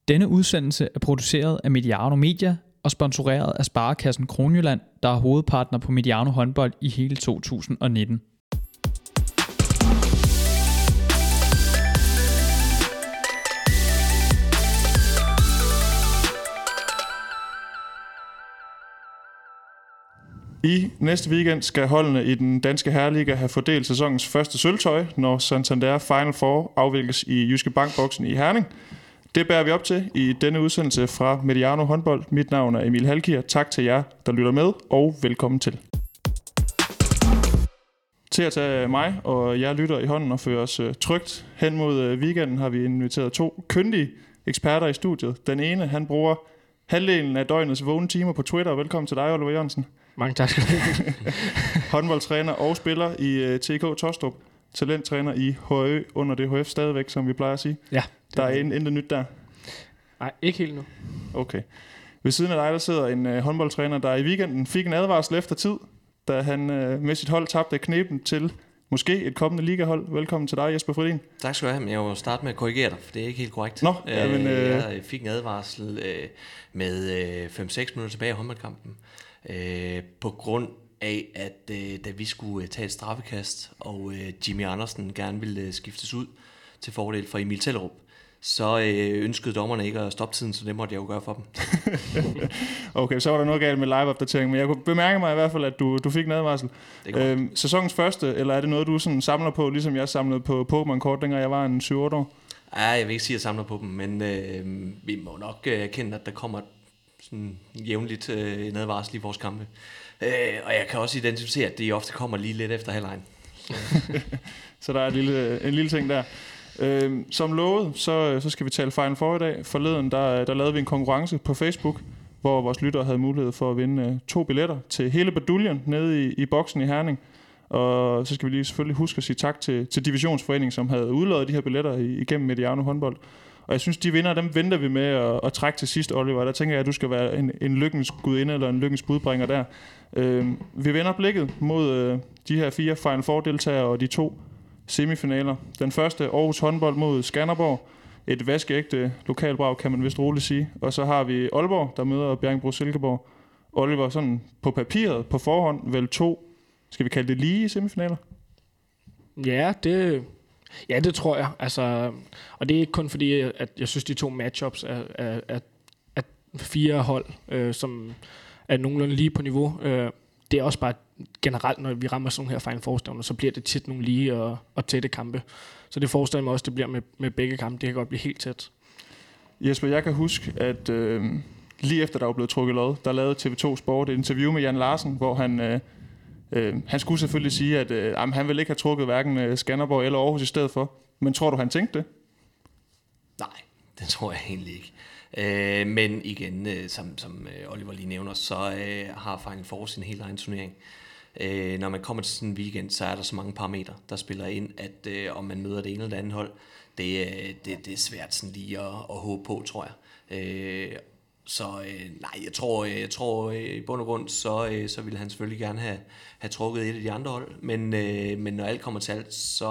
Denne udsendelse er produceret af Mediano Media og sponsoreret af Sparekassen Kronjylland, der er hovedpartner på Mediano håndbold i hele 2019. I næste weekend skal holdene i den danske herreliga have fordelt sæsonens første sølvtøj, når Santander Final Four afvikles i Jyske Bank-boksen i Herning. Det bærer vi op til i denne udsendelse fra Mediano håndbold. Mit navn er Emil Halkier. Tak til jer, der lytter med, og velkommen til. Til at tage mig og jer lytter i hånden og føre os trygt hen mod weekenden, har vi inviteret to kyndige eksperter i studiet. Den ene, han bruger halvdelen af døgnets vågne timer på Twitter. Velkommen til dig, Oliver Jørgensen. Mange tak skal du have. Håndboldtræner og spiller i TK Tostrup. Talenttræner i HØ under DHF stadigvæk, som vi plejer at sige. Ja. Der er intet nyt der. Nej, ikke helt nu. Okay. Ved siden af dig, der sidder en håndboldtræner, der i weekenden fik en advarsel efter tid, da han med sit hold tabte knepen til måske et kommende ligahold. Velkommen til dig, Jesper Fredin. Tak skal du have. Jeg vil starte med at korrigere dig, for det er ikke helt korrekt. Nå, jeg fik en advarsel med 5-6 minutter tilbage i håndboldkampen. På grund af, at da vi skulle tage et straffekast, og Jimmy Andersen gerne ville skiftes ud til fordel for Emil Tellerup, så ønskede dommerne ikke at stoppe tiden, så det måtte jeg jo gøre for dem. Okay, så var der noget galt med live-opdatering, men jeg kunne bemærke mig i hvert fald, at du fik en advarsel. Sæsonens første, eller er det noget, du sådan samler på, ligesom jeg samlede på Pokémon-kort, dengang jeg var en 7-8 år? Ja, jeg vil ikke sige, at jeg samler på dem, men vi må nok erkende, at der kommer sådan jævnligt en advarsel i vores kampe. Og jeg kan også identificere, at det ofte kommer lige lidt efter halvlejen. Så der er en lille ting der. Som lovet, så skal vi tale Final Four i dag. Forleden, der lavede vi en konkurrence på Facebook, hvor vores lyttere havde mulighed for at vinde 2 billetter til hele baduljen nede i boksen i Herning. Og så skal vi lige selvfølgelig huske at sige tak til Divisionsforeningen, som havde udløjet de her billetter igennem Mediano håndbold. Og jeg synes, de vinder, dem venter vi med at trække til sidst, Oliver. Der tænker jeg, at du skal være en lykkens gudinde eller en lykkens budbringer der. Vi vender blikket mod de her 4 Final Four-deltagere og de 2 semifinaler. Den første Aarhus håndbold mod Skanderborg. Et vaskeægte lokalbrag, kan man vist roligt sige. Og så har vi Aalborg, der møder Bjerringbro-Silkeborg. Oliver, sådan på papiret, på forhånd, vel 2, skal vi kalde det lige semifinaler? Ja, det tror jeg. Altså, og det er ikke kun fordi, at jeg synes, de 2 matchups er 4 hold, som er nogenlunde lige på niveau. Det er også bare generelt, når vi rammer sådan her Final Four-stævner, så bliver det tit nogle lige og tætte kampe. Så det forestiller mig også, det bliver med begge kampe. Det kan godt blive helt tæt. Jesper, jeg kan huske, at lige efter der var blevet trukket lod, der lavede TV2 Sport et interview med Jan Larsen, hvor han skulle selvfølgelig sige, at han ville ikke have trukket hverken Skanderborg eller Aarhus i stedet for. Men tror du, han tænkte det? Nej, det tror jeg egentlig ikke. Men igen, som Oliver lige nævner, så har Final Four sin helt egen turnering. Når man kommer til sådan en weekend, så er der så mange parametre, der spiller ind, at om man møder det ene eller det andet hold, det er svært sådan lige at håbe på, tror jeg. Nej, jeg tror i bund og grund, så ville han selvfølgelig gerne have trukket et af de andre hold, men når alt kommer til alt,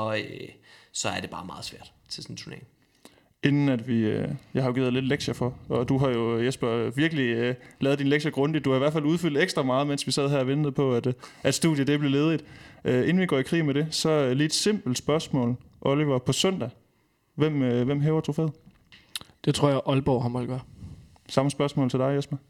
så er det bare meget svært til sådan en turnering. Inden at jeg har jo givet lidt lektier for, og du har jo, Jesper, virkelig lavet din lektier grundigt. Du har i hvert fald udfyldt ekstra meget, mens vi sad her og ventede på, at studiet det blev ledigt. Inden vi går i krig med det, så lige et simpelt spørgsmål. Oliver, på søndag, hvem hæver trofæet? Det tror jeg, Aalborg håndbold gør. Samme spørgsmål til dig, Jesper.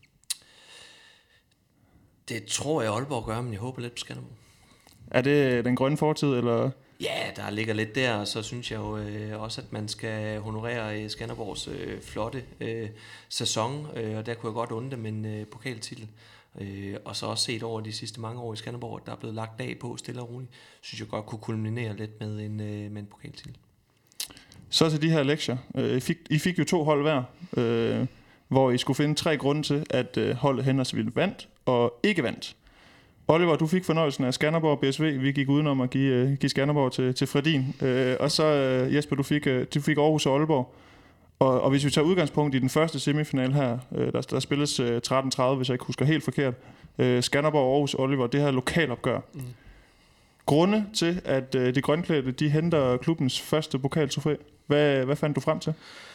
Det tror jeg, Aalborg gør, men jeg håber lidt på Skanderborg. Er det den grønne fortid, eller? Ja, der ligger lidt der, og så synes jeg jo også, at man skal honorere Skanderborgs flotte sæson, og der kunne jeg godt undre med en pokaltitel. Og så også set over de sidste mange år i Skanderborg, at der er blevet lagt dag på stille og roligt, synes jeg godt kunne kulminere lidt med en pokaltitel. Så til de her lektier. I fik jo 2 hold hver, hvor I skulle finde 3 grunde til, at holdet henholdsvis vandt og ikke vandt. Oliver, du fik fornøjelsen af Skanderborg og BSV. Vi gik udenom at give Skanderborg til Fredin. Og så Jesper, du fik Aarhus og Aalborg. Og hvis vi tager udgangspunkt i den første semifinal her, der spilles 13:30, hvis jeg ikke husker helt forkert. Skanderborg, Aarhus, Oliver, det her lokalopgør. Grunde til, at de grønklædte, de henter klubbens første pokaltrofæ. Hvad fandt du frem til?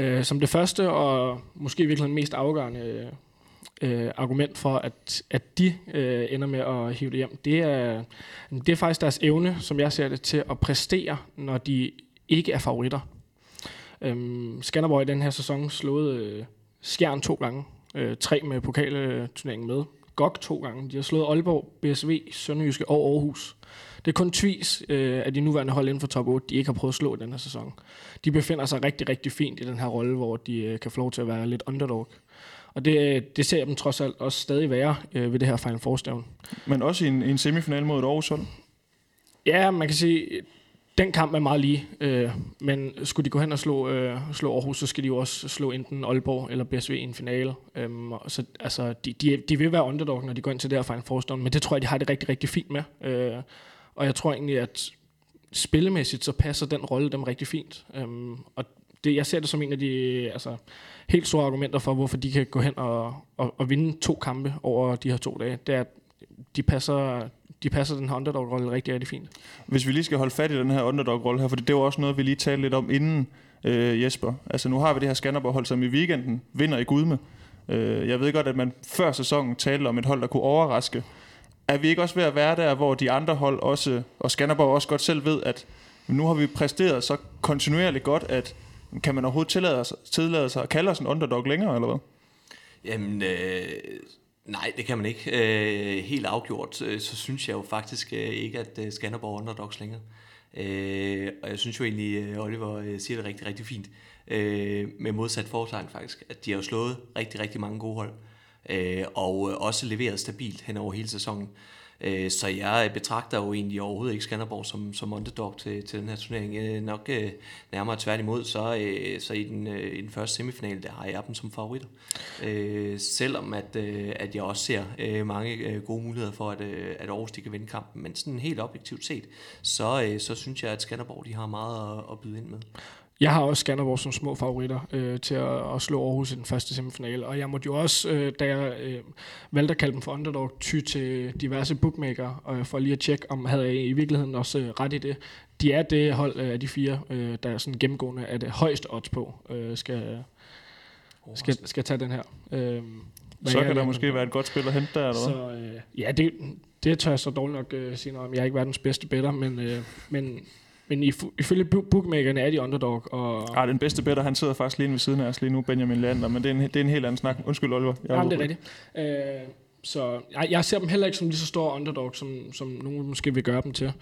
Som det første, og måske virkelig den mest afgørende argument for, at de ender med at hive det hjem, det er faktisk deres evne, som jeg ser det, til at præstere, når de ikke er favoritter. Skanderborg i den her sæson slået Skjern 2 gange, 3 med pokalturneringen med, GOG 2 gange. De har slået Aalborg, BSV, Sønderjyske og Aarhus. Det er kun Tvis af de nuværende hold inden for top 8, de ikke har prøvet at slå i den her sæson. De befinder sig rigtig, rigtig fint i den her rolle, hvor de kan få lov til at være lidt underdog. Og det ser jeg dem trods alt også stadig være ved det her Final Four-stævne. Men også i en semifinal mod et Aarhus hold? Ja, man kan sige, den kamp er meget lige. Men skulle de gå hen og slå Aarhus, så skal de jo også slå enten Aalborg eller BSV i en finale. Så, altså, de vil være underdog, når de går ind til det her Final Four-stævne, men det tror jeg, de har det rigtig, rigtig fint med. Og jeg tror egentlig, at spillemæssigt, så passer den rolle dem rigtig fint. Og jeg ser det som en af de helt store argumenter for, hvorfor de kan gå hen og vinde 2 kampe over de her 2 dage. Det er, at de passer den her underdog-rolle rigtig, rigtig fint. Hvis vi lige skal holde fat i den her underdog-rolle her, for det er jo også noget, vi lige talte lidt om inden, Jesper. Altså nu har vi det her Skanderborg-hold, som i weekenden vinder i Gudme. Jeg ved godt, at man før sæsonen talte om et hold, der kunne overraske. Er vi ikke også ved at være der, hvor de andre hold også, og Skanderborg også godt selv ved, at nu har vi præsteret så kontinuerligt godt, at kan man overhovedet tillade sig at kalde os en underdog længere, eller hvad? Jamen, nej, det kan man ikke. Helt afgjort, så synes jeg jo faktisk ikke, at Skanderborg er underdogs længere. Og jeg synes jo egentlig, Oliver siger det rigtig, rigtig fint. Med modsat foretegn faktisk, at de har jo slået rigtig, rigtig mange gode hold. Og også leveret stabilt hen over hele sæsonen. Så jeg betragter jo egentlig overhovedet ikke Skanderborg som underdog til den her turnering. Nok nærmere tværtimod, så i den første semifinal, der har jeg dem som favoritter. Selvom at jeg også ser mange gode muligheder for, at Aarhus de kan vinde kampen. Men sådan helt objektivt set, så synes jeg, at Skanderborg de har meget at byde ind med. Jeg har også Skanderborg som små favoritter til at slå Aarhus i den første semifinale, og jeg måtte jo også, da jeg valgte at kalde dem for underdog, ty til diverse bookmaker, for lige at tjekke, om havde jeg i virkeligheden også ret i det. De er det hold af de 4, der er sådan gennemgående af det højeste odds på, skal tage den her. Så kan der måske være et godt spil at hente der, eller hvad? Så ja, det tør jeg så dårligt nok sige noget om. Jeg er ikke verdens bedste better, men ifølge bookmakerne er de underdog. Den bedste better, han sidder faktisk lige ved siden af os lige nu, Benjamin Leander, men det er en helt anden snak. Undskyld, Oliver. Jamen, det er rigtigt. Så jeg ser dem heller ikke som lige så store underdog, som nogen måske vil gøre dem til.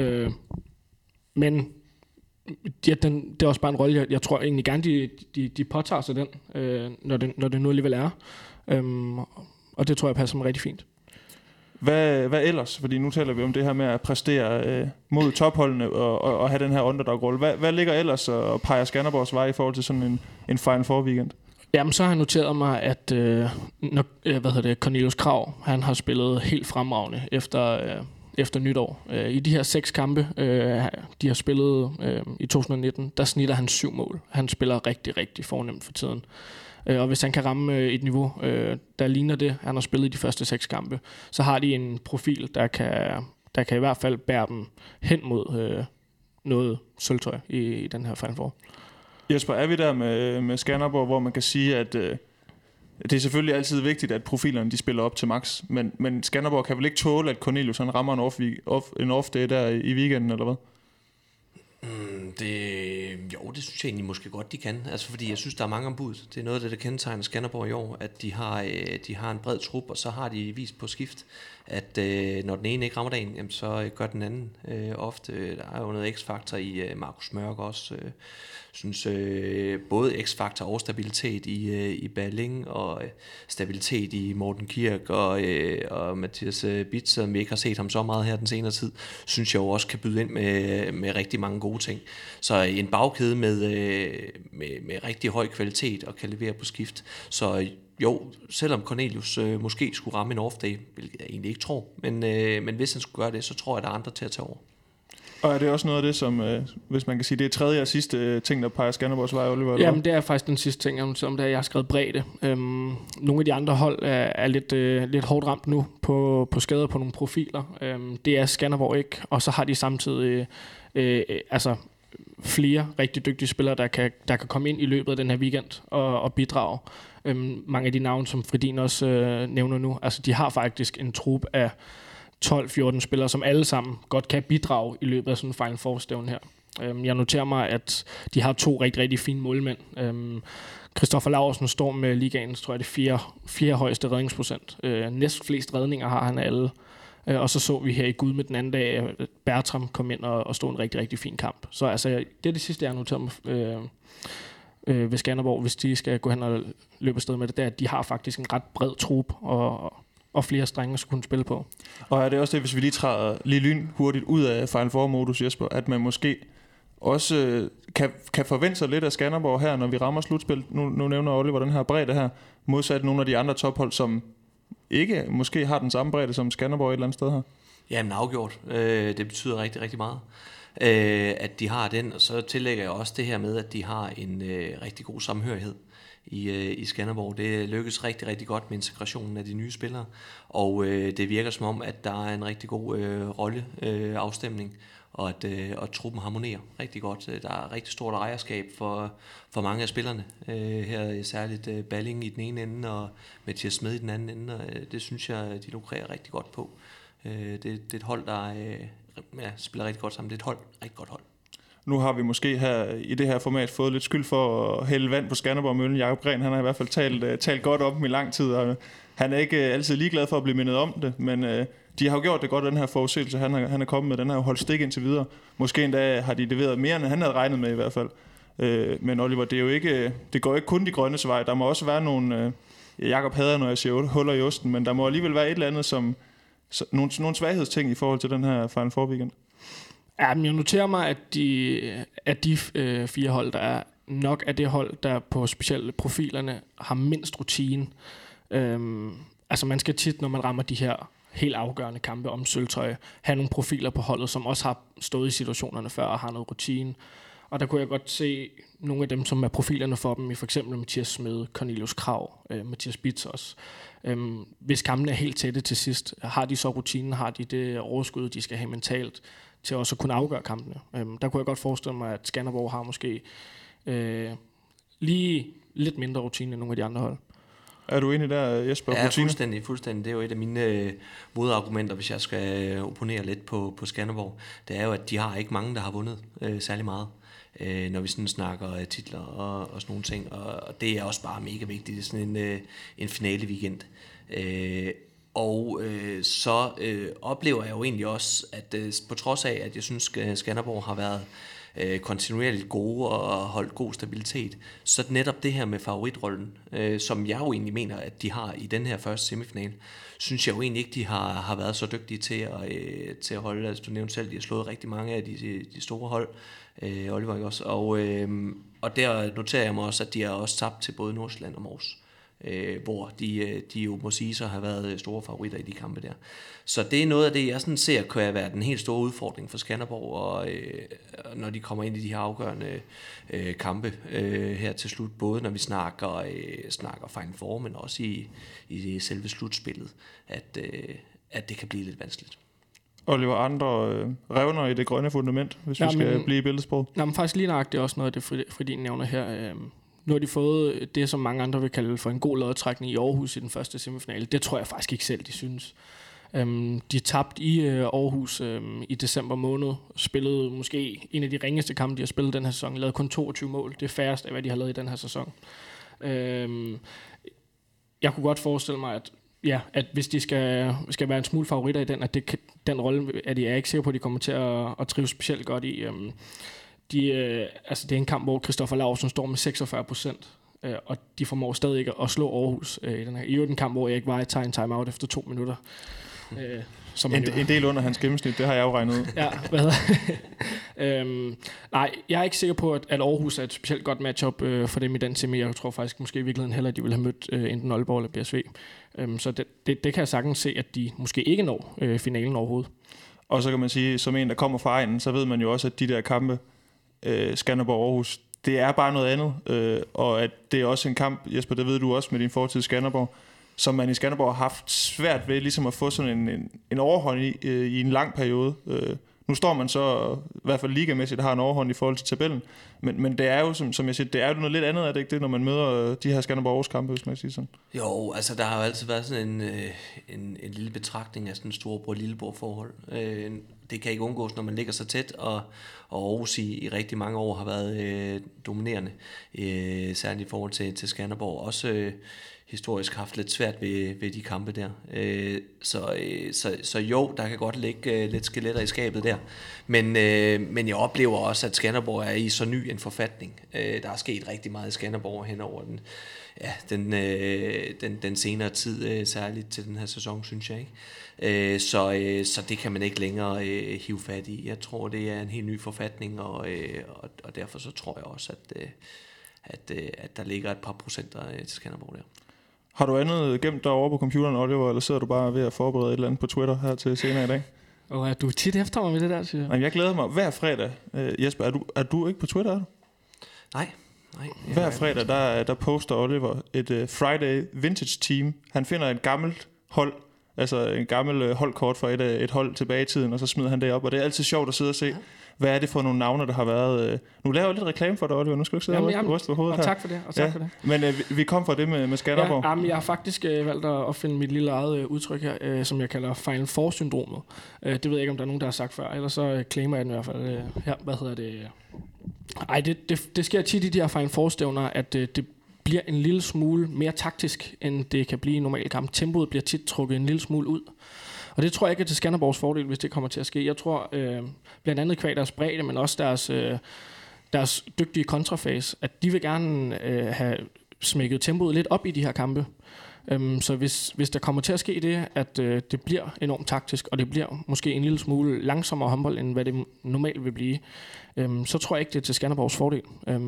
Men det er også bare en rolle, jeg tror egentlig gerne, de påtager sig den, når det nu alligevel er. Og det tror jeg passer mig rigtig fint. Hvad ellers? Fordi nu taler vi om det her med at præstere mod topholdene og have den her underdog-rolle. Hvad ligger ellers og peger Skanderborgs vej i forhold til sådan en Final Four weekend? Jamen, så har jeg noteret mig, at Cornelius Krag, han har spillet helt fremragende efter nytår. I de her 6 kampe, de har spillet i 2019, der snitter han 7 mål. Han spiller rigtig, rigtig fornemt for tiden. Og hvis han kan ramme et niveau, der ligner det, han har spillet i de første 6 kampe, så har de en profil, der kan i hvert fald bære dem hen mod noget sølvtøj i den her Final Four. Jesper, er vi der med Skanderborg, hvor man kan sige, at det er selvfølgelig altid vigtigt, at profilerne de spiller op til max, men Skanderborg kan vel ikke tåle, at Cornelius han rammer en off-day der i weekenden, eller hvad? Det synes jeg egentlig måske godt, de kan. Altså fordi jeg synes, der er mange ombud. Det er noget af det, der kendetegner Skanderborg i år, at de har en bred trup, og så har de vist på skift, at når den ene ikke rammer dagen, jamen, så gør den anden ofte. Der er jo noget x-faktor i Markus Mørk også. Synes både x-faktor og stabilitet i Balling, og stabilitet i Morten Kirk og Mathias Bitz, som vi ikke har set ham så meget her den senere tid, synes jeg jo også kan byde ind med rigtig mange gode ting. Så en bagkæde med rigtig høj kvalitet og kan levere på skift. Så jo, selvom Cornelius måske skulle ramme en off-day, hvilket jeg egentlig ikke tror, men hvis han skulle gøre det, så tror jeg, der er andre til at tage over. Og er det også noget af det, som, hvis man kan sige, det er tredje og sidste ting, der peger Skanderborgs vej, Oliver? Eller? Jamen, det er faktisk den sidste ting, som jeg har skrevet bredde. Nogle af de andre hold er lidt hårdt ramt nu på skader på nogle profiler. Det er Skanderborg ikke, og så har de samtidig flere rigtig dygtige spillere, der kan komme ind i løbet af den her weekend og bidrage. Mange af de navne, som Fredin også nævner nu, altså de har faktisk en trup af 12-14 spillere, som alle sammen godt kan bidrage i løbet af sådan en Final Four-stævne her. Jeg noterer mig, at de har 2 rigtig, rigtig fine målmænd. Christoffer Laursen står med ligaens, tror jeg, det 4. højeste redningsprocent. Næst flest redninger har han alle. Og så vi her i Gud med den anden dag, at Bertram kom ind og stod en rigtig, rigtig fin kamp. Så altså, det er det sidste, jeg har noteret mig ved Skanderborg, hvis de skal gå hen og løbe afsted med det, at de har faktisk en ret bred trup og flere strenge at kunne spille på. Og er det også det, hvis vi lige træder lige lyn hurtigt ud af Final Four-modus, Jesper, at man måske også kan forvente sig lidt af Skanderborg her, når vi rammer slutspil. Nu nævner Oliver den her bredde her, modsat nogle af de andre tophold, som ikke måske har den samme bredde som Skanderborg et eller andet sted her. Jamen afgjort. Det betyder rigtig, rigtig meget, at de har den. Og så tillægger jeg også det her med, at de har en rigtig god samhørighed i Skanderborg. Det lykkes rigtig, rigtig godt med integrationen af de nye spillere, og det virker som om, at der er en rigtig god rolleafstemning, og at truppen harmonerer rigtig godt. Der er rigtig stort ejerskab for mange af spillerne. Her særligt Balling i den ene ende, og Mathias Smed i den anden ende, og det synes jeg, de lukrerer rigtig godt på. Det er et hold, der spiller rigtig godt sammen. Det er et rigtig godt hold. Nu har vi måske her i det her format fået lidt skyld for at hælde vand på Skanderborg-møllen. Jakob Gren, han har i hvert fald talt godt om dem i lang tid, og han er ikke altid ligeglad for at blive mindet om det, men de har jo gjort det godt, den her forudsigelse. Han er kommet med, den her holdt stik indtil videre. Måske endda har de leveret mere, end han havde regnet med i hvert fald. Men Oliver, det går ikke kun de grønne vej. Der må også være nogle... Jakob hader, når jeg siger huller i osten, men der må alligevel være et eller andet som nogle svaghedsting i forhold til den her Final Four weekend. Ja, men jeg noterer mig, at de 4 hold, der er nok af det hold, der på specielle profilerne har mindst rutine. Altså man skal tit, når man rammer de her helt afgørende kampe om sølvtrøje, have nogle profiler på holdet, som også har stået i situationerne før og har noget rutine. Og der kunne jeg godt se nogle af dem, som er profilerne for dem, i for eksempel Mathias Smed, Cornelius Krav, Mathias Bitz også. Hvis kampene er helt tætte til sidst, har de så rutinen, har de det overskud, de skal have mentalt til også at kunne afgøre kampene. Der kunne jeg godt forestille mig, at Skanderborg har måske lige lidt mindre rutine end nogle af de andre hold. Er du enig der, Jesper? Ja, fuldstændig. Det er jo et af mine modargumenter, hvis jeg skal opponere lidt på Skanderborg. Det er jo, at de har ikke mange, der har vundet særlig meget, når vi sådan snakker titler og sådan nogle ting. Og det er også bare mega vigtigt. Det er sådan en finale weekend. Så oplever jeg jo egentlig også, at på trods af, at jeg synes, at Skanderborg har været kontinuerligt gode og holdt god stabilitet, så netop det her med favoritrollen, som jeg jo egentlig mener, at de har i den her første semifinal, synes jeg jo egentlig ikke, de har været så dygtige til at holde. Altså, du nævnte selv, de har slået rigtig mange af de store hold, Oliver, ikke også? Og der noterer jeg mig også, at de har også tabt til både Nordsjælland og Mors, hvor de jo må sige så har været store favoritter i de kampe der. Så det er noget af det, jeg sådan ser, kan være den helt store udfordring for Skanderborg, og når de kommer ind i de her afgørende kampe her til slut, både når vi snakker Final Four, men også i selve slutspillet, at det kan blive lidt vanskeligt. Oliver, andre revner i det grønne fundament, hvis vi skal blive i billedsprog? Men faktisk lige nøjagtigt også noget af det, Fredin nævner her. Nu har de fået det, som mange andre vil kalde for en god lodtrækning i Aarhus i den første semifinale. Det tror jeg faktisk ikke selv, de synes. De tabte i Aarhus i december måned, spillede måske en af de ringeste kampe, de har spillet den her sæson, lavede kun 22 mål. Det er færrest af, hvad de har lavet i den her sæson. Jeg kunne godt forestille mig, at hvis de skal være en smule favoritter i den, at den rolle er jeg ikke sikker på, at de kommer til at trives specielt godt i. Det er en kamp, hvor Christoffer Laursen står med 46%, og de formår stadig ikke at slå Aarhus i den her. I øvrigt en kamp, hvor Erik Vej tager en timeout efter 2 minutter. En del under hans gennemsnit, det har jeg jo regnet ud. Ja, hvad hedder nej, jeg er ikke sikker på, at Aarhus er et specielt godt matchup for dem i den semi. Jeg tror faktisk måske i virkeligheden heller, at de ville have mødt enten Aalborg eller BSV. Så det kan jeg sagtens se, at de måske ikke når finalen overhovedet. Og så kan man sige, som en, der kommer fra egnen, så ved man jo også, at de der kampe, Skanderborg-Aarhus, det er bare noget andet. Og at det er også en kamp, Jesper, det ved du også med din fortid i Skanderborg, som man i Skanderborg har haft svært ved ligesom at få sådan en overhånd i en lang periode. Nu står man så, i hvert fald ligamæssigt, har en overhånd i forhold til tabellen, men det er jo, som jeg siger, det er jo noget lidt andet, er det ikke det, når man møder de her Skanderborg Aarhus kampe, hvis man kan sige sådan? Jo, altså der har jo altid været sådan en lille betragtning af sådan en storebror-lillebror forhold. Det kan ikke undgås, når man ligger så tæt, og Aarhus i rigtig mange år har været dominerende, særligt i forhold til Skanderborg. Også historisk haft lidt svært ved de kampe der. Så jo, der kan godt ligge lidt skeletter i skabet der. Men jeg oplever også, at Skanderborg er i så ny en forfatning. Der er sket rigtig meget i Skanderborg hen over den senere tid, særligt til den her sæson, synes jeg ikke. Så det kan man ikke længere hive fat i. Jeg tror, det er en helt ny forfatning, og derfor så tror jeg også, at der ligger et par procenter til Skanderborg der. Har du andet gemt derovre på computeren, Oliver, eller sidder du bare ved at forberede et eller andet på Twitter her til senere i dag? Og du er tit efter mig med det der, siger jeg. Nej, jeg glæder mig hver fredag. Jesper, er du ikke på Twitter, er du? Nej. Hver fredag, der poster Oliver et Friday Vintage Team. Han finder et gammelt hold, altså en gammel holdkort fra et hold tilbage i tiden, og så smider han det op. Og det er altid sjovt at sidde og se, hvad er det for nogle navne, der har været. Nu laver jeg lidt reklame for dig, Oliver. Nu skal du ikke sidde og ryste på hovedet her. Tak for det, og tak for det. Men vi kom fra det med Skanderborg. Ja, jeg har faktisk valgt at finde mit lille eget udtryk her, som jeg kalder Final Four-syndromet. Det ved jeg ikke, om der er nogen, der har sagt før. Ellers så claimer jeg den i hvert fald her. Hvad hedder det? Ej, det sker tit i de her Final Four-stævner, at det bliver en lille smule mere taktisk, end det kan blive i normalt kamp. Tempoet bliver tit trukket en lille smule ud. Og det tror jeg ikke er til Skanderborgs fordel, hvis det kommer til at ske. Jeg tror blandt andet kvad deres bredde, men også deres dygtige kontrafase, at de vil gerne have smækket tempoet lidt op i de her kampe. Så hvis der kommer til at ske det, at det bliver enormt taktisk, og det bliver måske en lille smule langsommere håndbold, end hvad det normalt vil blive, så tror jeg ikke, det er til Skanderborgs fordel.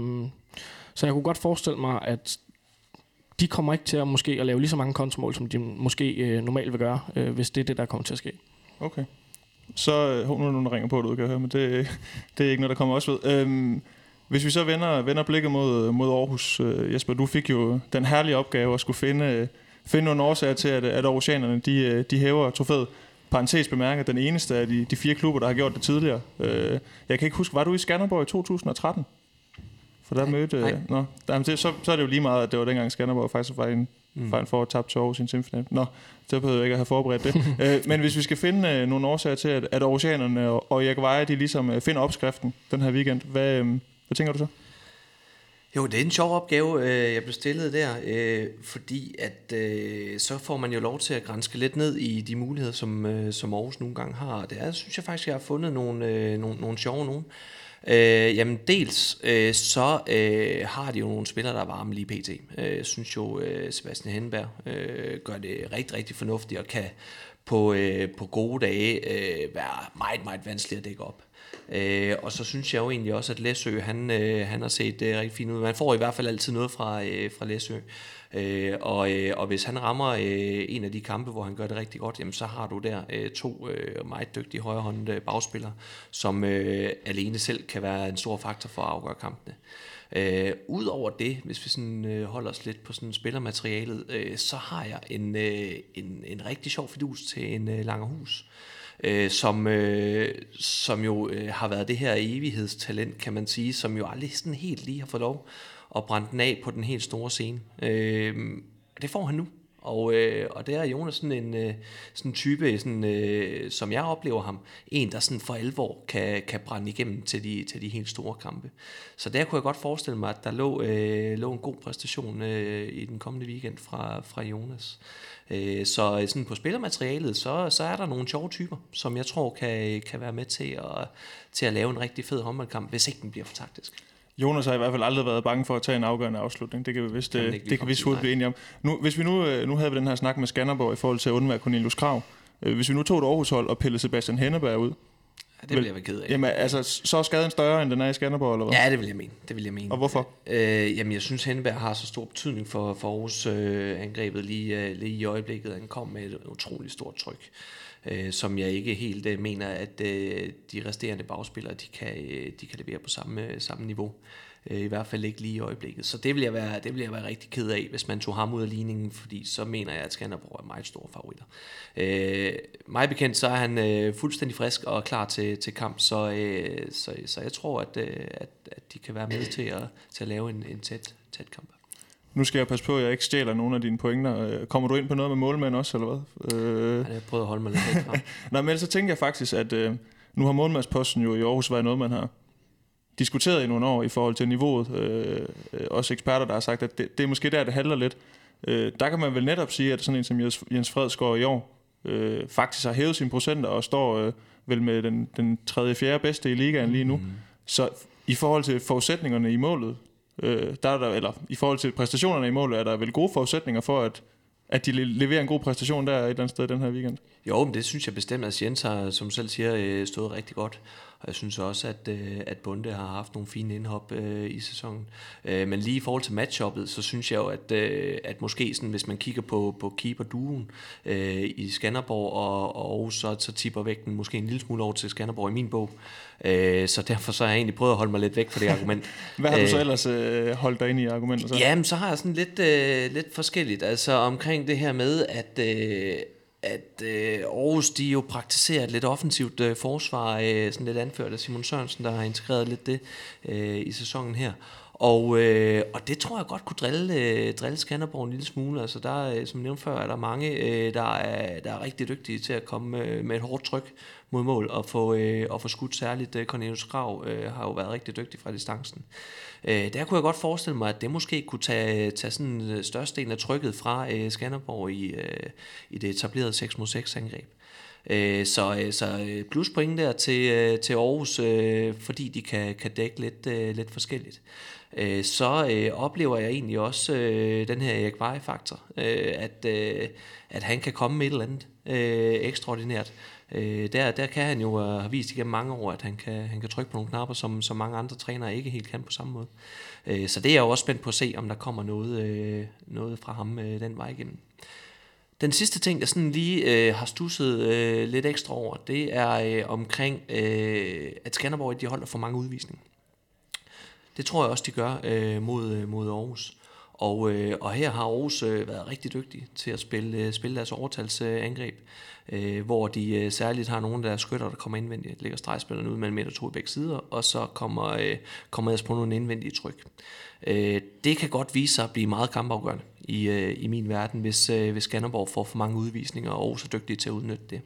Så jeg kunne godt forestille mig, at de kommer ikke til at måske at lave lige så mange kontramål, som de måske normalt vil gøre, hvis det er det, der kommer til at ske. Okay. Så nu er der nogen, der ringer på, du kan høre, men det er ikke noget, der kommer også ved. Hvis vi så vender blikket mod Aarhus, Jesper, du fik jo den herlige opgave at skulle finde nogle årsager til, at aarhusianerne de hæver trofæet. Parentes bemærket, den eneste af de 4 klubber, der har gjort det tidligere. Jeg kan ikke huske, var du i Skanderborg i 2013? For der mødte... så er det jo lige meget, at det var dengang Skanderborg faktisk var en fejl for at tabe til Aarhus i en semifinal. Nå, det behøver jeg ikke at have forberedt det. Men hvis vi skal finde nogle årsager til, at aarhusianerne og Erik Veje, de ligesom finder opskriften den her weekend, hvad tænker du så? Jo, det er en sjov opgave, jeg blev stillet der, fordi at så får man jo lov til at granske lidt ned i de muligheder, som Aarhus nogle gange har. Og det synes jeg faktisk, jeg har fundet nogle sjove nogen. Jamen dels så har de jo nogle spillere, der er varme lige pt. Jeg synes jo Sebastian Henneberg gør det rigtig, rigtig fornuftigt og kan på gode dage være meget, meget vanskelig at dække op. Og så synes jeg jo egentlig også, at Læsø han har set rigtig fint ud. Man får i hvert fald altid noget fra Læsø. Og hvis han rammer en af de kampe, hvor han gør det rigtig godt, jamen så har du der 2 meget dygtige højrehåndede bagspillere, som alene selv kan være en stor faktor for at afgøre kampene. Udover det, hvis vi sådan holder os lidt på sådan spillermaterialet, så har jeg en rigtig sjov fidus til en Langerhus. Som jo har været det her evighedstalent, kan man sige, som jo aldrig sådan helt lige har fået lov at brænde den af på den helt store scene. Det får han nu. Og det er Jonas sådan en type, som jeg oplever ham, en der sådan for alvor kan brænde igennem til de helt store kampe. Så der kunne jeg godt forestille mig, at der lå en god præstation i den kommende weekend fra Jonas. Så sådan på spillermaterialet, så er der nogle sjove typer, som jeg tror kan være med til at lave en rigtig fed håndboldkamp, hvis ikke den bliver for taktisk. Jonas har i hvert fald aldrig været bange for at tage en afgørende afslutning. Det kan vi vist hurtigt blive enige om. Nu havde vi den her snak med Skanderborg i forhold til at undvære Cornelius Krav. Hvis vi nu tog et Aarhus-hold og pillede Sebastian Henneberg ud, det bliver jeg ked af. Jamen, altså, så er skaden større, end den er i Skanderborg, eller hvad? Ja, det vil jeg mene. Og hvorfor? Jamen, jeg synes, Henneberg har så stor betydning for Aarhus angrebet lige i øjeblikket. Han kom med et utroligt stort tryk, som jeg ikke helt mener, at de resterende bagspillere, de kan levere på samme niveau. I hvert fald ikke lige i øjeblikket. Så det vil jeg være rigtig ked af, hvis man tog ham ud af ligningen, fordi så mener jeg, at Skanderborg er meget store favoritter. Mig bekendt, så er han fuldstændig frisk og klar til kamp, så jeg tror, at de kan være med til at lave en tæt kamp. Nu skal jeg passe på, at jeg ikke stjæler nogen af dine pointer. Kommer du ind på noget med målmænd også, eller hvad? Jeg prøver at holde mig lidt væk fra. Nej, men så tænker jeg faktisk, at nu har målmandsposten jo i Aarhus været noget, man har diskuteret i nogle år i forhold til niveauet. Også eksperter, der har sagt, at det er måske der, det handler lidt. Der kan man vel netop sige, at sådan en som Jens Fredsgaard i år faktisk har hævet sine procenter og står vel med den 3.-4. bedste i ligaen lige nu. Så i forhold til forudsætningerne i målet, eller i forhold til præstationerne i målet, er der vel gode forudsætninger for, at de leverer en god præstation der et eller andet sted den her weekend? Jo, men det synes jeg bestemt, at Jens har, som selv siger, stået rigtig godt. Og jeg synes også, at Bunde har haft nogle fine indhop i sæsonen. Men lige i forhold til matchuppet, så synes jeg jo, at måske sådan, hvis man kigger på keeper-duoen i Skanderborg og Aarhus, så tipper vægten måske en lille smule over til Skanderborg i min bog. Så derfor så har jeg egentlig prøvet at holde mig lidt væk fra det argument. Hvad har du så ellers holdt dig ind i argumenter? Så? Jamen, så har jeg sådan lidt forskelligt. Altså omkring det her med, at Aarhus, de jo praktiserer et lidt offensivt forsvar, sådan lidt anført af Simon Sørensen, der har integreret lidt det i sæsonen her. Og det tror jeg godt kunne drille Skanderborg en lille smule. Altså der, som nævnt før, er der mange, der er rigtig dygtige til at komme med et hårdt tryk mod mål og få skudt særligt. Cornelius Grav har jo været rigtig dygtig fra distancen. Der kunne jeg godt forestille mig, at det måske kunne tage sådan størstedelen af trykket fra Skanderborg i det etablerede 6-mod-6 angreb. Så pluspoint der til Aarhus, fordi de kan dække lidt forskelligt. Så oplever jeg egentlig også den her Erik Vej-faktor, at han kan komme med et eller andet ekstraordinært. Der kan han jo have vist igennem mange år, at han kan trykke på nogle knapper, som mange andre trænere ikke helt kan på samme måde. Så det er jeg jo også spændt på at se, om der kommer noget fra ham den vej igennem. Den sidste ting, jeg sådan lige har stusset lidt ekstra over, det er omkring, at Skanderborg de holder for mange udvisninger. Det tror jeg også, de gør mod Aarhus. Og her har Aarhus været rigtig dygtige til at spille deres overtalsangreb, hvor de særligt har nogle af deres skytter, der kommer indvendigt, lægger stregspillerne ud mellem 1 og 2 i begge sider, og så kommer ellers på nogle indvendige tryk. Det kan godt vise sig at blive meget kampafgørende i min verden, hvis Skanderborg får for mange udvisninger, og Aarhus er dygtige til at udnytte det.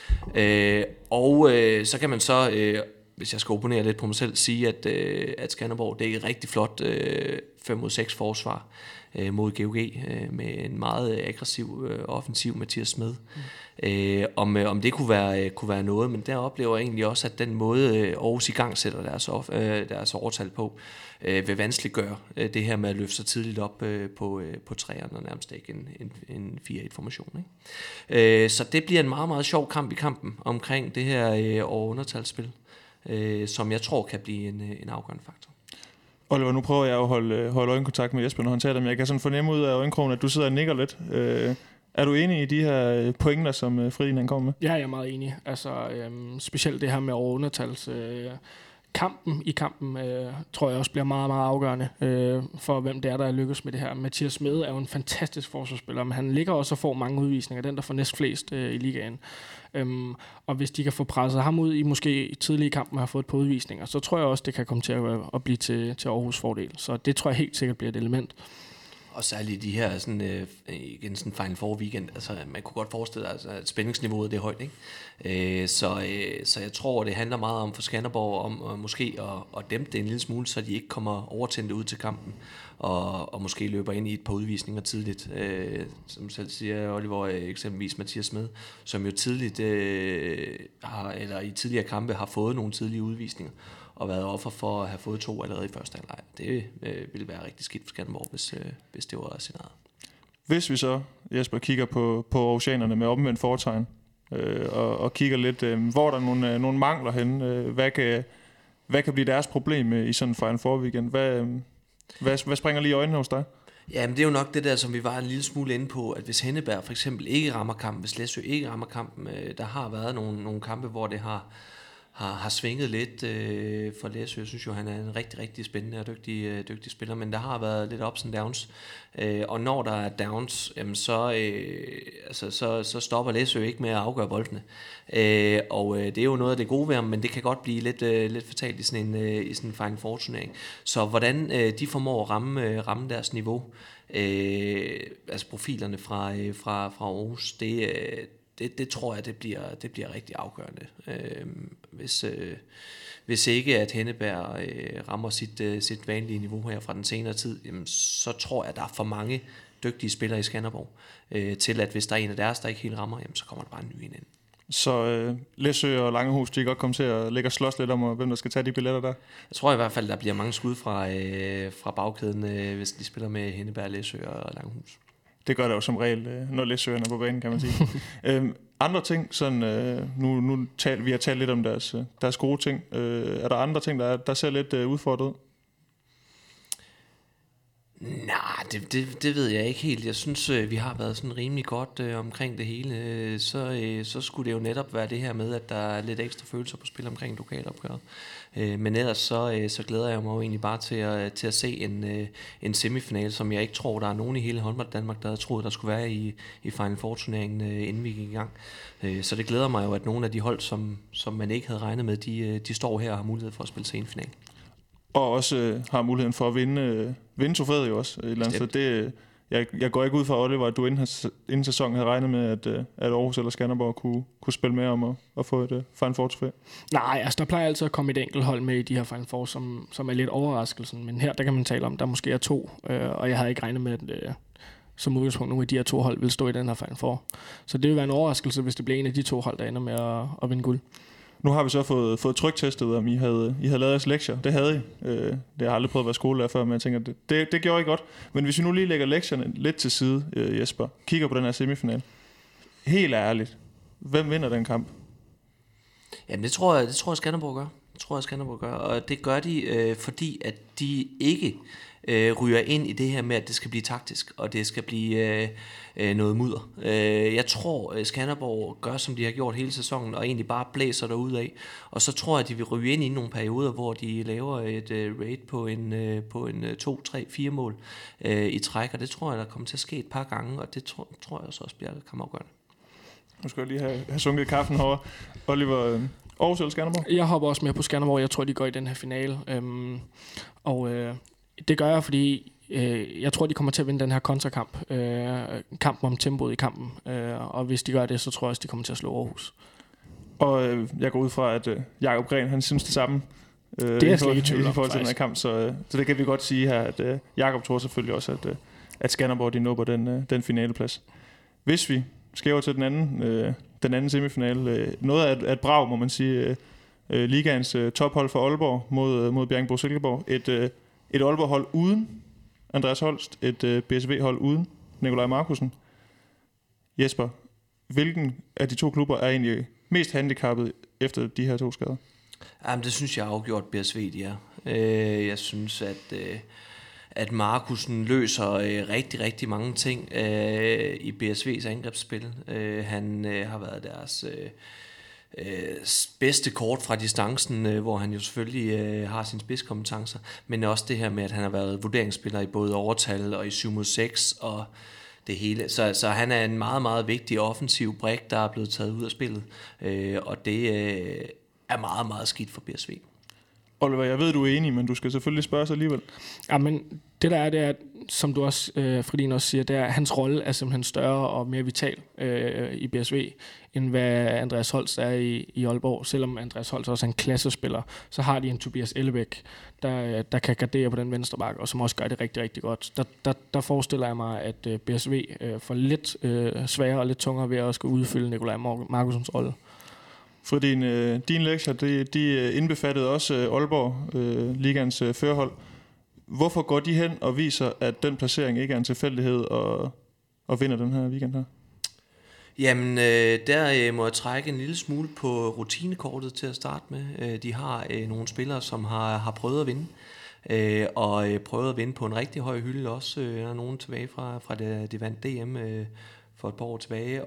Så kan man så, hvis jeg skal opponere lidt på mig selv, sige, at Skanderborg det er et rigtig flot 5-mod-6 forsvar mod GOG med en meget aggressiv offensiv Mathias Smed. Om det kunne være noget, men der oplever jeg egentlig også, at den måde Aarhus i gang sætter deres overtal på, vil vanskeliggøre det her med at løfte sig tidligt op på træerne og nærmest ikke en 4-1-formation. Ikke? Så det bliver en meget, meget sjov kamp i kampen omkring det her over-undertalsspil, som jeg tror kan blive en afgørende faktor. Oliver, nu prøver jeg at holde øjenkontakt med Jesper, når han taler, men jeg kan sådan fornemme ud af øjenkrogen, at du sidder og nikker lidt. Er du enig i de her pointer, som Fridin han kommer med? Ja, jeg er meget enig. Altså, specielt det her med over-undertals. Kampen tror jeg også bliver meget, meget afgørende for, hvem det er, der lykkes med det her. Mathias Smed er jo en fantastisk forsvarsspiller, men han ligger også og får mange udvisninger. Den, der får næst flest i ligaen. Og hvis de kan få presset ham ud i måske tidlige kampen har fået et par udvisninger, så tror jeg også, det kan komme til at blive til Aarhus' fordel. Så det tror jeg helt sikkert bliver et element. Og særligt de her igen sådan Final Four weekend, altså man kunne godt forestille sig, at spændingsniveauet det er højt, ikke? Så jeg tror, det handler meget om for Skanderborg om måske at dæmpe det en lille smule, så de ikke kommer overtændte ud til kampen og måske løber ind i et par udvisninger tidligt. Som selv siger Oliver, eksempelvis Mathias Smed, som jo tidligt i tidligere kampe har fået nogle tidlige udvisninger og været offer for at have fået 2 allerede i første halvleg. Det ville være rigtig skidt for Skanderborg, hvis det var scenariet. Hvis vi så, Jesper, kigger på oceanerne med omvendt foretegn, og kigger lidt, hvor der er nogle mangler henne, hvad kan blive deres problem i sådan en Final Four weekend? Hvad springer lige i øjnene hos dig? Jamen det er jo nok det der, som vi var en lille smule inde på, at hvis Henneberg for eksempel ikke rammer kampen, hvis Læsø ikke rammer kampen, der har været nogle kampe, hvor det har har svinget lidt for Læsø. Jeg synes jo, han er en rigtig, rigtig spændende og dygtig spiller, men der har været lidt ups and downs. Og når der er downs, jamen så stopper Læsø ikke med at afgøre boldene. Og det er jo noget af det gode ved ham, men det kan godt blive lidt fatalt i sådan en Final Four turnering. Så hvordan de formår at ramme deres niveau, altså profilerne fra Aarhus, det tror jeg, det bliver rigtig afgørende. Hvis ikke at Henneberg rammer sit vanlige niveau her fra den senere tid, jamen, så tror jeg, at der er for mange dygtige spillere i Skanderborg, til at hvis der er en af deres, der ikke helt rammer, jamen, så kommer der bare en ny ind. Så Læsø og Langehus, de kan godt komme til at lægge og slås lidt om, hvem der skal tage de billetter der. Jeg tror i hvert fald, der bliver mange skud fra bagkæden, hvis de spiller med Henneberg, Læsø og Langehus. Det gør der jo som regel, når Læsøerne er på banen, kan man sige. Andre ting, sådan, vi har talt lidt om deres gode ting. Er der andre ting, der ser lidt udfordret? Nej, det ved jeg ikke helt. Jeg synes, vi har været sådan rimelig godt omkring det hele. Så skulle det jo netop være det her med, at der er lidt ekstra følelser på spil omkring lokalopgøret. Men ellers så glæder jeg mig jo egentlig bare til at se en semifinal, som jeg ikke tror, der er nogen i hele håndbold Danmark, der havde troet, der skulle være i Final Four-turneringen, inden vi gik i gang. Så det glæder mig jo, at nogle af de hold, som man ikke havde regnet med, de står her og har mulighed for at spille semifinal. Og også har muligheden for at vinde trofæet jo også. Et eller andet. Så det, jeg går ikke ud fra, Oliver, at du inden sæsonen havde regnet med, at Aarhus eller Skanderborg kunne spille med om at få et Final Four trofæ. Nej, altså der plejer altid at komme et enkelt hold med i de her Final Four, som er lidt overraskelsen. Men her, der kan man tale om, der måske er 2. Og jeg havde ikke regnet med, at som udgangspunkt nogle af de her 2 hold vil stå i den her Final Four. Så det vil være en overraskelse, hvis det bliver en af de 2 hold, der ender med at vinde guld. Nu har vi så fået tryktestet, om I havde lavet jeres lektier. Det havde I. Det har jeg aldrig prøvet at være skolelærer før, men jeg tænker, det gjorde I godt. Men hvis vi nu lige lægger lektierne lidt til side, Jesper, kigger på den her semifinal. Helt ærligt, hvem vinder den kamp? Jamen det tror jeg Skanderborg gør. Og det gør de, fordi at de ikke ryger ind i det her med, at det skal blive taktisk, og det skal blive noget mudder. Jeg tror, Skanderborg gør, som de har gjort hele sæsonen, og egentlig bare blæser derud af. Og så tror jeg, at de vil ryge ind i nogle perioder, hvor de laver et raid på en 2, 3, 4 mål i træk, og det tror jeg, der kommer til at ske et par gange, og det tror jeg også bliver kampafgørende. Nu skal jeg lige have sunket kaffen herovre. Oliver, Aarhus eller Skanderborg? Jeg hopper også med på Skanderborg. Jeg tror, de går i den her finale. Det gør jeg, fordi jeg tror, de kommer til at vinde den her kontrakamp. Kampen om tempoet i kampen. Og hvis de gør det, så tror jeg også, de kommer til at slå Aarhus. Og jeg går ud fra, at Jakob Gren, han synes det samme. Det er slet ikke i tvivl om, i forhold til den her kamp. Så det kan vi godt sige her, at Jakob tror selvfølgelig også, at Skanderborg de nubber den finaleplads. Hvis vi skal over til den anden semifinale. Noget af et brag, må man sige. Ligaens tophold for Aalborg mod Bjerringbro Silkeborg. Et Aalborg-hold uden Andreas Holst. Et BSV-hold uden Nikolaj Markusen. Jesper, hvilken af de 2 klubber er egentlig mest handicappet efter de her 2 skader? Jamen, det synes jeg har afgjort BSV, de er. Jeg synes, at Markusen løser rigtig, rigtig mange ting i BSV's angrebsspil. Han har været deres bedste kort fra distancen, hvor han jo selvfølgelig har sine spidskompetencer, men også det her med, at han har været vurderingsspiller i både overtal og i 7-mod-6 og det hele. Så han er en meget, meget vigtig offensiv brik, der er blevet taget ud af spillet, og det er meget, meget skidt for BSV. Oliver, jeg ved, du er enig, men du skal selvfølgelig spørge sig alligevel. Ja, men det der er, det er, som du også, Fridin også siger, det er, at hans rolle er simpelthen større og mere vital i BSV, end hvad Andreas Holst er i Aalborg. Selvom Andreas Holst også er en klassespiller, så har de en Tobias Ellebæk, der kan gardere på den venstre bakke, og som også gør det rigtig, rigtig godt. Der forestiller jeg mig, at BSV får lidt sværere og lidt tungere ved at skulle udfylde Nikolaj Markusens rolle. For din lektier, de indbefattede også Aalborg, ligaens førerhold. Hvorfor går de hen og viser, at den placering ikke er en tilfældighed og vinder den her weekend her? Jamen, der må jeg trække en lille smule på rutinekortet til at starte med. De har nogle spillere, som har prøvet at vinde, og prøvet at vinde på en rigtig høj hylde også. Der er nogen tilbage fra de vandt DM for et par år tilbage,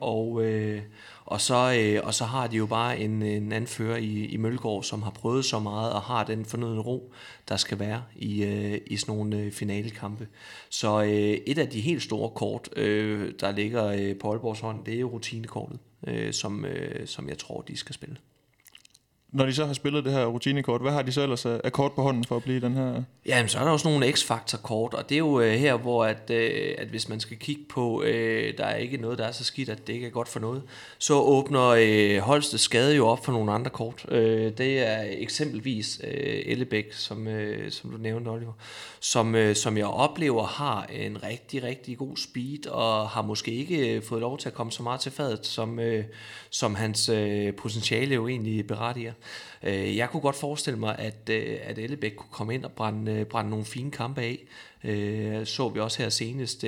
og så har de jo bare en anfører i Mølgaard, som har prøvet så meget og har den fornødne ro, der skal være i sådan nogle finalekampe. Så et af de helt store kort, der ligger på Aalborgs hånd, det er jo rutinekortet, som jeg tror, de skal spille. Når de så har spillet det her rutinekort, hvad har de så ellers af kort på hånden for at blive den her? Jamen, så er der også nogle X-faktor-kort, og det er jo her, hvor at hvis man skal kigge på, der er ikke noget, der er så skidt, at det ikke er godt for noget, så åbner Holsted Skade jo op for nogle andre kort. Det er eksempelvis Ellebæk, som du nævnte, Oliver, som jeg oplever har en rigtig, rigtig god speed, og har måske ikke fået lov til at komme så meget til fadet, som hans potentiale jo egentlig berettiger. Jeg kunne godt forestille mig, at Ellebæk kunne komme ind og brænde nogle fine kampe af. Så vi også her senest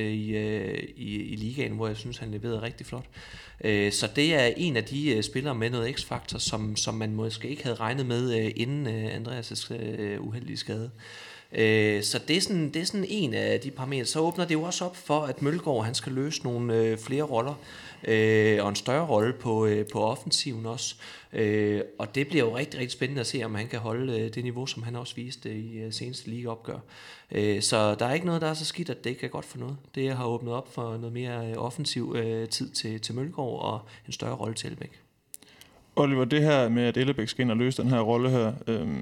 i ligaen, hvor jeg synes, han leverede rigtig flot. Så det er en af de spillere med noget X-faktor, som man måske ikke havde regnet med inden Andreas' uheldige skade. Så det er sådan en af de parametre. Så åbner det jo også op for, at Mølgaard han skal løse nogle flere roller, og en større rolle på offensiven også. Og det bliver jo rigtig, rigtig spændende at se, om han kan holde det niveau, som han også viste i seneste ligaopgør. Så der er ikke noget, der er så skidt, at det ikke er godt for noget. Det har åbnet op for noget mere offensiv tid til Mølgaard og en større rolle til Ellebæk. Oliver, det her med, at Ellebæk skal ind og løse den her rolle her,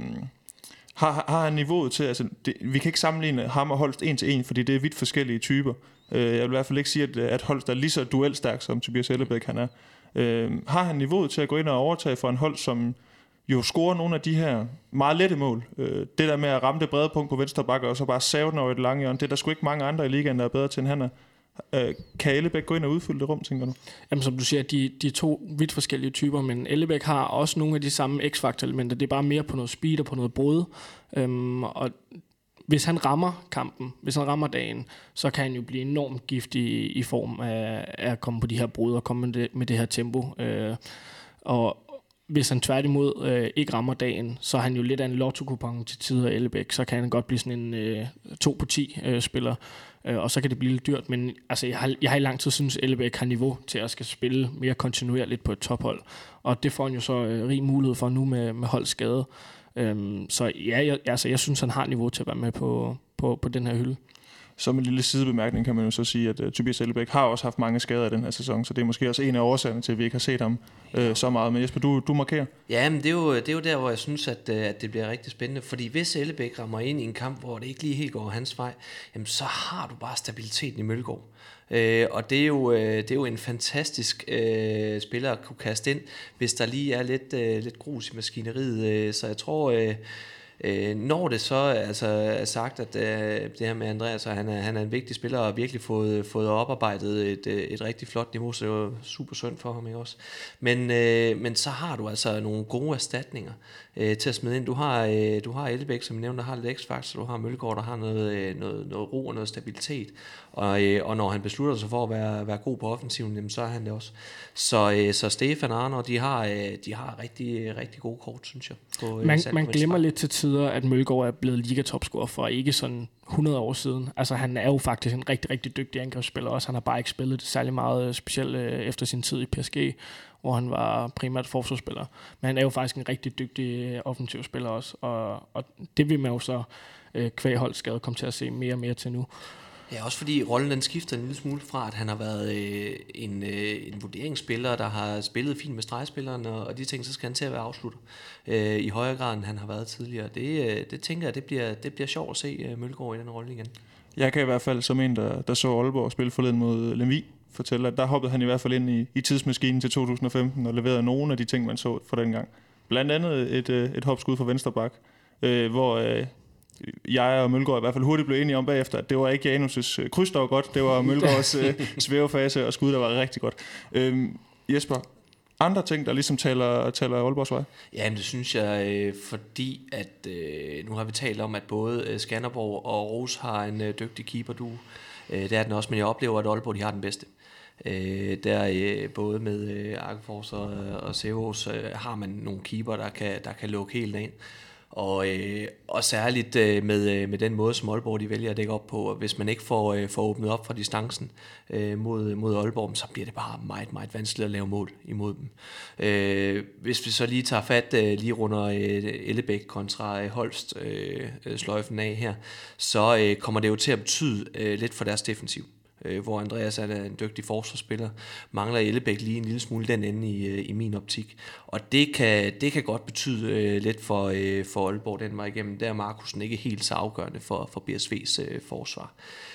har han niveauet til, altså vi kan ikke sammenligne ham og Holst en til en, fordi det er vidt forskellige typer. Jeg vil i hvert fald ikke sige, at Holst er lige så duelstærk, som Tobias Ellebæk han er. Har han niveauet til at gå ind og overtage for en Holst, som jo scorer nogle af de her meget lette mål? Det der med at ramme det brede punkt på venstre bakke, og så bare save den over et lange hjørne, det er der sgu ikke mange andre i ligaen, der er bedre til, end han er. Kan Ellebæk gå ind og udfylde det rum, tænker du? Jamen, som du siger, de er to vidt forskellige typer, men Ellebæk har også nogle af de samme X-faktor-elementer. Det er bare mere på noget speed og på noget brud. Og hvis han rammer kampen, hvis han rammer dagen, så kan han jo blive enormt giftig i form af at komme på de her brud og komme med det her tempo. Og hvis han tværtimod ikke rammer dagen, så er han jo lidt af en lotto-kupon til tider af Ellebæk. Så kan han godt blive sådan en 2-10 spiller. Og så kan det blive lidt dyrt, men altså, jeg har i lang tid synes Ellebæk har niveau til at skal spille mere kontinuerligt på et tophold, og det får han jo så rig mulighed for nu med holdskade. Så ja, jeg synes han har niveau til at være med på den her hylde. Som en lille sidebemærkning kan man jo så sige, at Tobias Ellebæk har også haft mange skader i den her sæson, så det er måske også en af årsagerne til, at vi ikke har set ham så meget. Men Jesper, du markerer? Ja, men det er jo der, hvor jeg synes, at det bliver rigtig spændende. Fordi hvis Ellebæk rammer ind i en kamp, hvor det ikke lige helt går hans vej, jamen, så har du bare stabiliteten i Mølgaard. Og det er jo en fantastisk spiller at kunne kaste ind, hvis der lige er lidt grus i maskineriet. Så jeg tror... når det så altså er sagt, at det her med Andreas, han er en vigtig spiller og har virkelig fået oparbejdet et rigtig flot niveau, så det var super synd for ham, ikke også? Men så har du altså nogle gode erstatninger til at smide ind. Du har Ellebæk, som jeg nævnte, der har lidt X-faktor, du har Mølgaard, der har noget ro og noget stabilitet, og når han beslutter sig for at være god på offensiven, jamen, så er han det også. Så Stefan og Arne, de har rigtig, rigtig gode kort, synes jeg. Man glemmer lidt til tider, at Mølgaard er blevet ligatopscorer for ikke sådan 100 år siden. Altså han er jo faktisk en rigtig, rigtig dygtig angrebsspiller også. Han har bare ikke spillet det særlig meget, specielt efter sin tid i PSG, hvor han var primært forsvarsspiller. Men han er jo faktisk en rigtig dygtig offensiv spiller også, og det vil man jo så kvæg holdskade komme til at se mere og mere til nu. Ja, også fordi rollen den skifter en lille smule fra, at han har været en vurderingsspiller, der har spillet fint med stregspilleren og de ting, så skal han til at være afslutter i højere grad, end han har været tidligere. Det tænker jeg, det bliver sjovt at se Mølgaard i den rolle igen. Jeg kan i hvert fald som en, der så Aalborg spille forleden mod Lemvig, fortælle, at der hoppede han i hvert fald ind i tidsmaskinen til 2015 og leverede nogle af de ting, man så for den gang. Blandt andet et hopskud fra venstre bak, hvor... jeg og Mølgaard i hvert fald hurtigt blev enige om bagefter, at det var ikke Janus' kryds, der var godt, det var Mølgaards svævefase og skud, der var rigtig godt. Jesper, andre ting, der ligesom taler Aalborgs vej? Jamen det synes jeg, fordi at nu har vi talt om, at både Skanderborg og Rose har en dygtig keeper-duo. Det er den også, men jeg oplever, at Aalborg de har den bedste. Både med Arkefors og Sevos har man nogle keeper, der kan lukke helt ind. Og særligt med den måde, som Aalborg de vælger at dække op på, og hvis man ikke får åbnet op fra distancen mod Aalborg, så bliver det bare meget, meget vanskeligt at lave mål imod dem. Hvis vi så lige tager fat lige runder Ellebæk kontra Holst sløjfen af her, så kommer det jo til at betyde lidt for deres defensiv. Hvor Andreas er en dygtig forsvarsspiller, mangler Ellebæk lige en lille smule den ende i min optik. Og det kan godt betyde lidt for Aalborg den vej igennem. Der er Markusen ikke helt så afgørende for BSV's forsvar.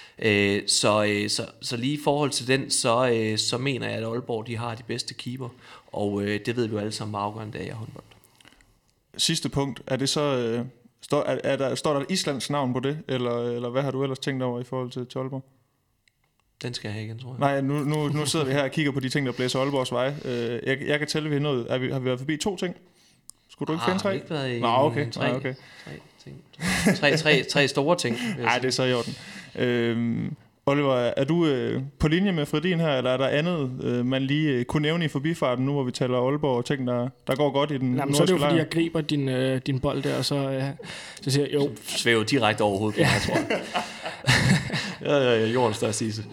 Så lige i forhold til den, så mener jeg, at Aalborg de har de bedste keeper, og det ved vi jo alle sammen, hvor afgørende det er i håndbold. Sidste punkt, er det så... står der et islandsk navn på det, eller hvad har du ellers tænkt over i forhold til Aalborg? Den skal jeg have igen, tror jeg. Nej, nu sidder vi her og kigger på de ting, der blæser Aalborgs vej. Jeg kan tælle, vi er nået. Har vi været forbi 2 ting? Skulle du ikke finde 3? Har vi ikke været i okay. 3 store ting. Nej, det er så i orden. Oliver, er du på linje med Fredin her, eller er der andet, man lige kunne nævne i forbifarten nu, hvor vi taler Aalborg og ting, der går godt i den nordiske lejr? Så er det jo, fordi jeg griber din bold der, og så siger jeg, jo. Svæver direkte over hovedet på mig, tror jeg. Ja, jordens største ise.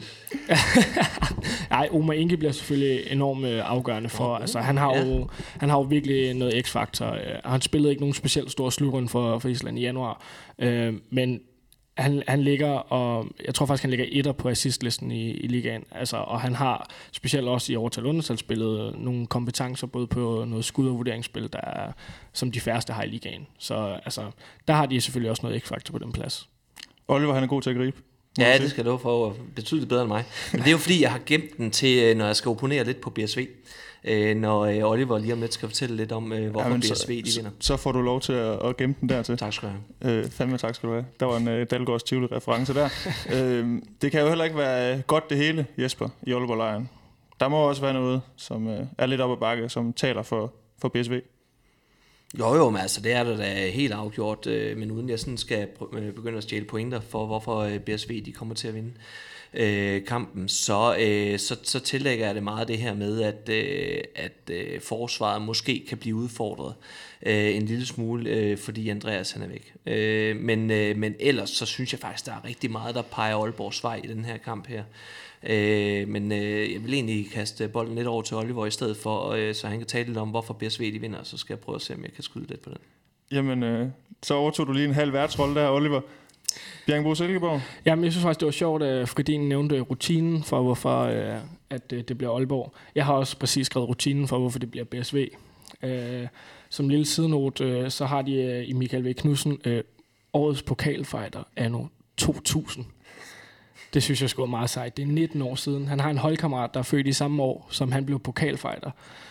Nej, Omar Inge bliver selvfølgelig enormt afgørende for. Altså, han har jo virkelig noget x-faktor. Han spillede ikke nogen specielt stor slutrunde for Island i januar, men han ligger, og jeg tror faktisk, han ligger etter på assistlisten i ligaen. Altså, og han har specielt også i overtal undertalsspillet nogle kompetencer, både på noget skud- og vurderingsspil, som de færreste har i ligaen. Så altså, der har de selvfølgelig også noget x-faktor på den plads. Oliver, han er god til at gribe. Ja, det skal du få betydeligt bedre end mig. Men det er jo fordi, jeg har gemt den til, når jeg skal opponere lidt på BSV. Når Oliver lige om lidt skal fortælle lidt om, hvorfor BSV de vinder. Så får du lov til at gemme den dertil. Tak skal du have. Fandme tak skal du have. Der var en Dalgaards Tivoli reference der. Det kan jo heller ikke være godt det hele, Jesper, i Aalborg-lejren. Der må også være noget, som er lidt op ad bakke, som taler for BSV. Jo, men altså det er der da helt afgjort, men uden jeg sådan skal begynde at stjæle pointer for, hvorfor BSV de kommer til at vinde kampen, så tillægger jeg det meget det her med, at forsvaret måske kan blive udfordret en lille smule, fordi Andreas han er væk. Men ellers så synes jeg faktisk, der er rigtig meget, der peger Aalborgs vej i den her kamp her. Men jeg vil egentlig kaste bolden lidt over til Oliver i stedet for, så han kan tale lidt om, hvorfor BSV de vinder, så skal jeg prøve at se, om jeg kan skyde lidt på den. Jamen, så overtog du lige en halv værtsrolle der, Oliver. Bjergbro Silkeborg? Jamen, jeg synes faktisk, det var sjovt, at Fredin nævnte rutinen for, hvorfor at det bliver Aalborg. Jeg har også præcis skrevet rutinen for, hvorfor det bliver BSV. Som lille sidenote, så har de i Michael V. Knudsen årets pokalfighter anno 2000. Det synes jeg sgu er meget sejt. Det er 19 år siden. Han har en holdkammerat, der er født i samme år, som han blev pokalfighter.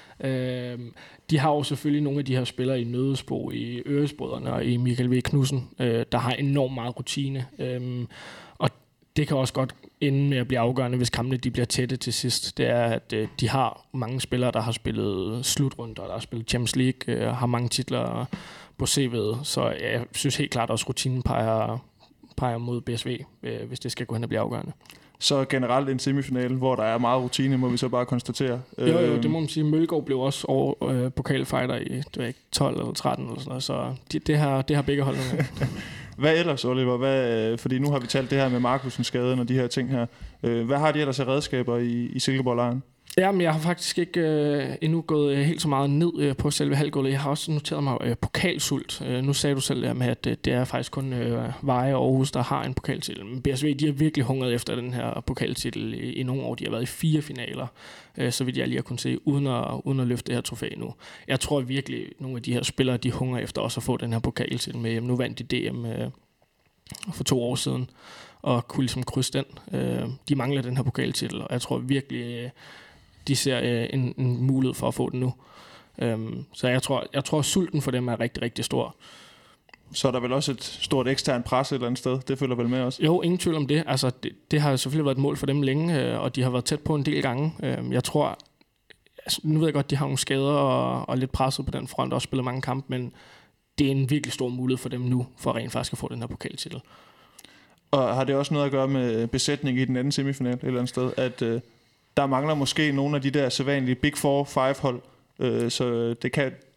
De har jo selvfølgelig nogle af de her spillere i Nødesbo, i Øresbrødrene og i Michael V. Knudsen, der har enormt meget rutine. Og det kan også godt ende med at blive afgørende, hvis kampene de bliver tætte til sidst. Det er, at de har mange spillere, der har spillet slutrunder, der har spillet Champions League, har mange titler på CV'et. Så jeg synes helt klart også, at rutinen peger mod BSV, hvis det skal gå hen og blive afgørende. Så generelt en semifinal, hvor der er meget rutine, må vi så bare konstatere. Jo, det må man sige. Mølgaard blev også over pokalfighter i det var ikke 12 eller 13 eller sådan noget, så det har begge hold med. Hvad ellers, Oliver? Fordi nu har vi talt det her med Markusens skaden og de her ting her. Hvad har de ellers af redskaber i Silkeborg-lejren? Jamen, jeg har faktisk ikke endnu gået helt så meget ned på selve halvgulvet. Jeg har også noteret mig pokalsult. Nu sagde du selv med, at det er faktisk kun Veje og Aarhus, der har en pokaltitel. Men BSV, de har virkelig hungret efter den her pokaltitel i nogle år. De har været i 4 finaler, så vidt jeg lige har kunnet se, uden at løfte det her trofæ nu. Jeg tror virkelig, at nogle af de her spillere, de hungrer efter også at få den her pokaltitel med. Jamen, nu vandt de DM for 2 år siden, og kunne ligesom krydse den. De mangler den her pokaltitel, og jeg tror virkelig... de ser en mulighed for at få den nu. Så jeg tror, sulten for dem er rigtig, rigtig stor. Så er der vel også et stort eksternt pres et eller andet sted? Det følger vel med også? Jo, ingen tvivl om det. Altså, det har selvfølgelig været et mål for dem længe, og de har været tæt på en del gange. Jeg tror, nu ved jeg godt, de har nogle skader og lidt presset på den front, og også spillet mange kampe, men det er en virkelig stor mulighed for dem nu, for rent faktisk at få den her pokaltitel. Og har det også noget at gøre med besætning i den anden semifinal et eller andet sted, at der mangler måske nogle af de der sædvanlige Big 4-5 hold, så det kan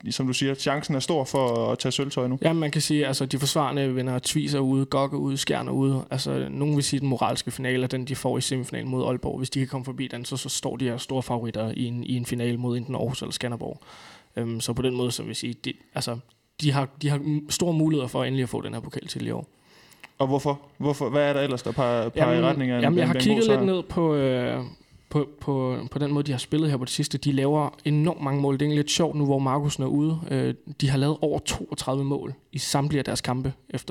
som du siger, chancen er stor for at tage sølvtøj nu. Ja, man kan sige, altså de forsvarende vinder Tviser ude, Gokke ude, Skjern ude. Altså nogen vil sige, den moralske finale, den de får i semifinalen mod Aalborg. Hvis de kan komme forbi den, så står de her store favoritter i en finale mod enten Aarhus eller Skanderborg. Så på den måde, så vil jeg sige, de har store muligheder for endelig at få den her pokaltitel i år. Og hvorfor? Hvad er der ellers, der peger i retning af jeg har kigget lidt ned på den måde, de har spillet her på det sidste. De laver enormt mange mål. Det er egentlig lidt sjovt nu, hvor Markusen er ude. De har lavet over 32 mål i samtlige af deres kampe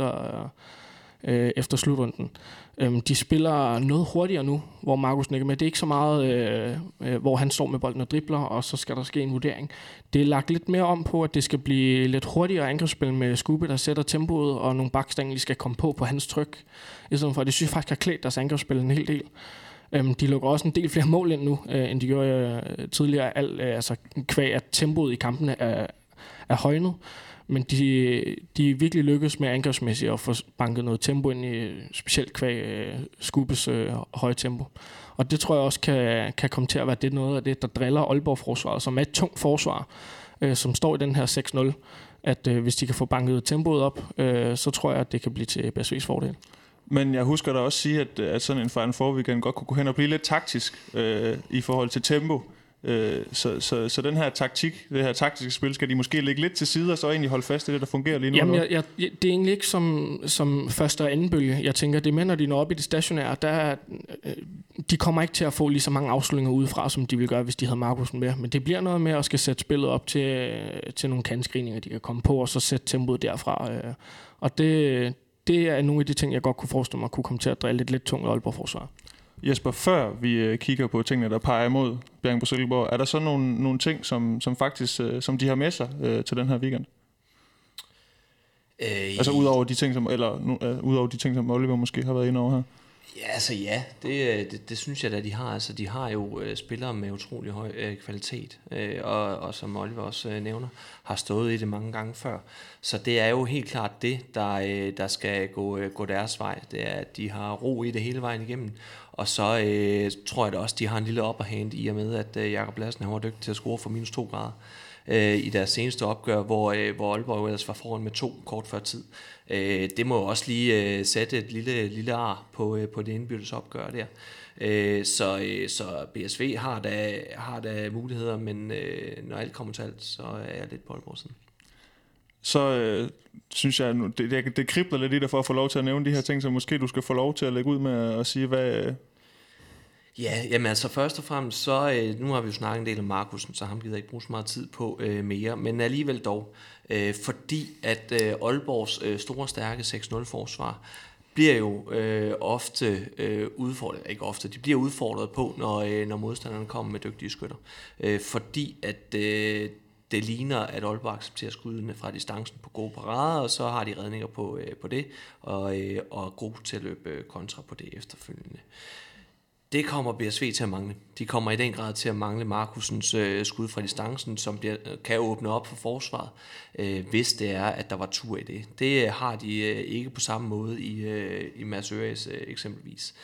efter slutrunden. De spiller noget hurtigere nu, hvor Markusen ikke er med. Det er ikke så meget, hvor han står med bolden og dribler, og så skal der ske en vurdering. Det er lagt lidt mere om på, at det skal blive lidt hurtigere angrebsspil med Skube, der sætter tempoet, og nogle backs, der egentlig skal komme på hans tryk. I stedet for, at det synes jeg faktisk har klædt deres angrebsspil en hel del. De lukker også en del flere mål ind nu, end de gjorde tidligere. Altså kvæg, at tempoet i kampene er højnet. Men de virkelig lykkes med angrebsmæssigt at få banket noget tempo ind i specielt kvæg Skubes høje tempo. Og det tror jeg også kan komme til at være noget af det, der driller Aalborg-forsvaret, som er et tungt forsvar, som står i den her 6-0. At hvis de kan få banket tempoet op, så tror jeg, at det kan blive til BSV's fordel. Men jeg husker da også sige, at sådan en Final Four weekend godt kunne gå hen og blive lidt taktisk i forhold til tempo. Så den her taktik, det her taktiske spil, skal de måske lægge lidt til side og så egentlig holde fast i det, der fungerer lige nu? Jamen, det er egentlig ikke som første og anden bølge. Jeg tænker, det er med, når de når op i det stationære, de kommer ikke til at få lige så mange afslutninger udefra, som de ville gøre, hvis de havde Markusen med. Men det bliver noget med at skal sætte spillet op til nogle kantscreeninger, de kan komme på, og så sætte tempoet derfra. Og det er nogle af de ting, jeg godt kunne forestille mig, kunne komme til at drille lidt tungt Aalborg-forsvar. Jesper, før vi kigger på tingene, der peger imod Bjerringbro-Silkeborg, er der så nogle ting, som faktisk som de har med sig til den her weekend? Altså udover de ting, som Oliver måske har været inde over her? Ja, det synes jeg da, de har. Altså, de har jo spillere med utrolig høj kvalitet, og som Oliver også nævner, har stået i det mange gange før. Så det er jo helt klart det, der skal gå deres vej. Det er, at de har ro i det hele vejen igennem. Og så tror jeg da også, de har en lille upper hand i og med, at Jakob Lassen var dygtig til at score for -2 grader i deres seneste opgør, hvor Aalborg jo ellers var foran med 2 kort før tid. Det må jo også lige sætte et lille ar på det indbyrdes opgør der. Så BSV har da muligheder, men når alt kommer til alt, så er jeg lidt på Aalborg siden. Så synes jeg, det kribler lidt i dig for at få lov til at nævne de her ting, så måske du skal få lov til at lægge ud med at sige, hvad... Ja, jamen altså først og fremmest, så nu har vi jo snakket en del om Markusen, så ham gider jeg ikke bruge så meget tid på mere, men alligevel dog, fordi at Aalborgs store, stærke 6-0-forsvar bliver jo ofte udfordret, ikke ofte, de bliver udfordret på, når modstanderne kommer med dygtige skytter, fordi at det ligner, at Aalborg accepterer skuddene fra distancen på gode parader, og så har de redninger på det, og er gode til at løbe kontra på det efterfølgende. Det kommer BSV til at mangle. De kommer i den grad til at mangle Markusens skud fra distancen, som kan åbne op for forsvaret, hvis det er, at der var tur i det. Det har de ikke på samme måde i Mads Øres eksempelvis.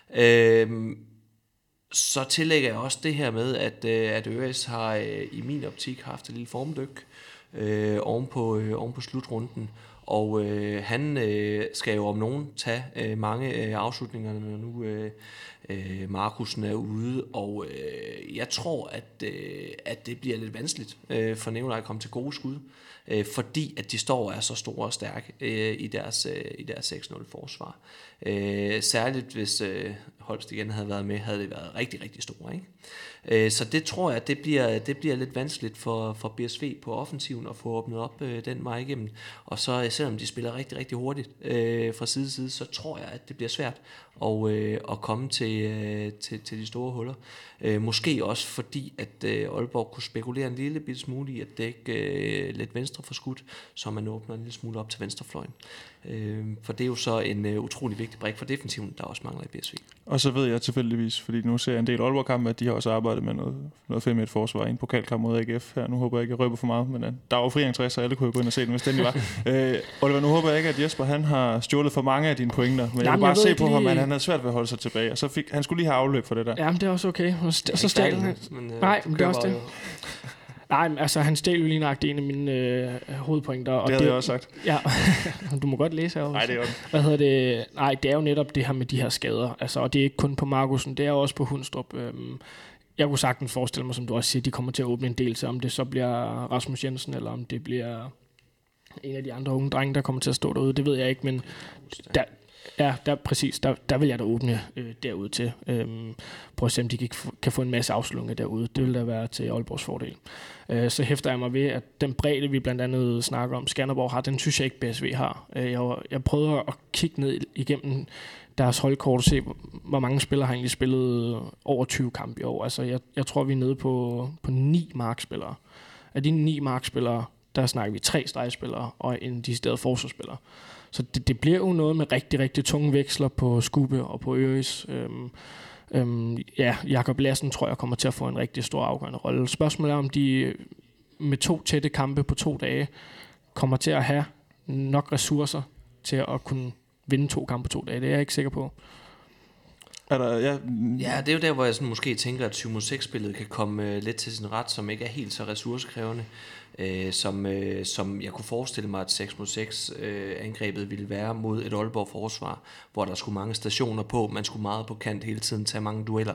Så tillægger jeg også det her med, at Øres har i min optik haft et lille formdyk oven på slutrunden, og han skal jo om nogen tage mange afslutninger, når nu Markusen er ude, og jeg tror, at det bliver lidt vanskeligt for Nikolaj at komme til gode skud, fordi at de står og er så store og stærke i deres 6-0-forsvar. Særligt hvis Holst igen havde været med, havde det været rigtig, rigtig store, ikke? Så det tror jeg, at det bliver lidt vanskeligt for BSV på offensiven at få åbnet op den vej igennem. Og så selvom de spiller rigtig, rigtig hurtigt fra side til side, så tror jeg, at det bliver svært at komme til de store huller. Måske også fordi, at Aalborg kunne spekulere en lille bitte smule i at dække lidt venstre for skud, så man åbner en lille smule op til venstrefløjen. For det er jo så en utrolig vigtig brik for defensiven, der også mangler i BSV. Og så ved jeg tilfældigvis, fordi nu ser jeg en del Aalborg-kampe, at de har også arbejdet med noget 5-1-forsvar i en pokalkamp mod AGF her. Nu håber jeg ikke, at jeg røber for meget, men der var fri entré, så alle kunne gå ind og se den, hvis den var. Oliver, nu håber jeg ikke, at Jesper han har stjålet for mange af dine pointer, men jeg vil bare se på ham, at han havde svært ved at holde sig tilbage, og så han skulle lige have afløb for det der. Jamen, det er også okay. Så stjal han. Nej, men det er også det. Nej, men altså han stjal jo lige nøjagtigt en af mine hovedpointer. Og det havde jeg også sagt. Ja, du må godt læse herovre. Nej, det er jo Hvad hedder det? Nej, det er jo netop det her med de her skader. Altså, og det er ikke kun på Markussen, det er også på Hundstrup. Jeg kunne sagtens forestille mig, som du også siger, de kommer til at åbne en del til, om det så bliver Rasmus Jensen, eller om det bliver en af de andre unge drenge, der kommer til at stå derude. Det ved jeg ikke, men præcis. Der vil jeg da åbne derude til. Prøv at se, om de kan få en masse afslutninger derude. Det vil da være til Aalborgs fordel. Så hæfter jeg mig ved, at den bredde, vi blandt andet snakker om, Skanderborg har, den synes jeg ikke BSV har. Jeg prøvede at kigge ned igennem deres holdkort og se, hvor mange spillere har egentlig spillet over 20 kampe i år. Altså, jeg tror, vi er nede på 9 markspillere. Af de 9 markspillere, der snakker vi 3 stregspillere og en decideret forsvarsspiller. Så det bliver jo noget med rigtig, rigtig tunge veksler på Skubbe og på Øres. Jakob Lassen tror jeg kommer til at få en rigtig stor afgørende rolle. Spørgsmålet er, om de med 2 tætte kampe på 2 dage kommer til at have nok ressourcer til at kunne vinde 2 kampe på 2 dage. Det er jeg ikke sikker på. Ja, det er jo der, hvor jeg sådan måske tænker, at 7-6-spillet kan komme lidt til sin ret, som ikke er helt så ressourcekrævende, som jeg kunne forestille mig, at 6-6 angrebet ville være mod et Aalborg forsvar, hvor der skulle mange stationer på, man skulle meget på kant hele tiden, tage mange dueller.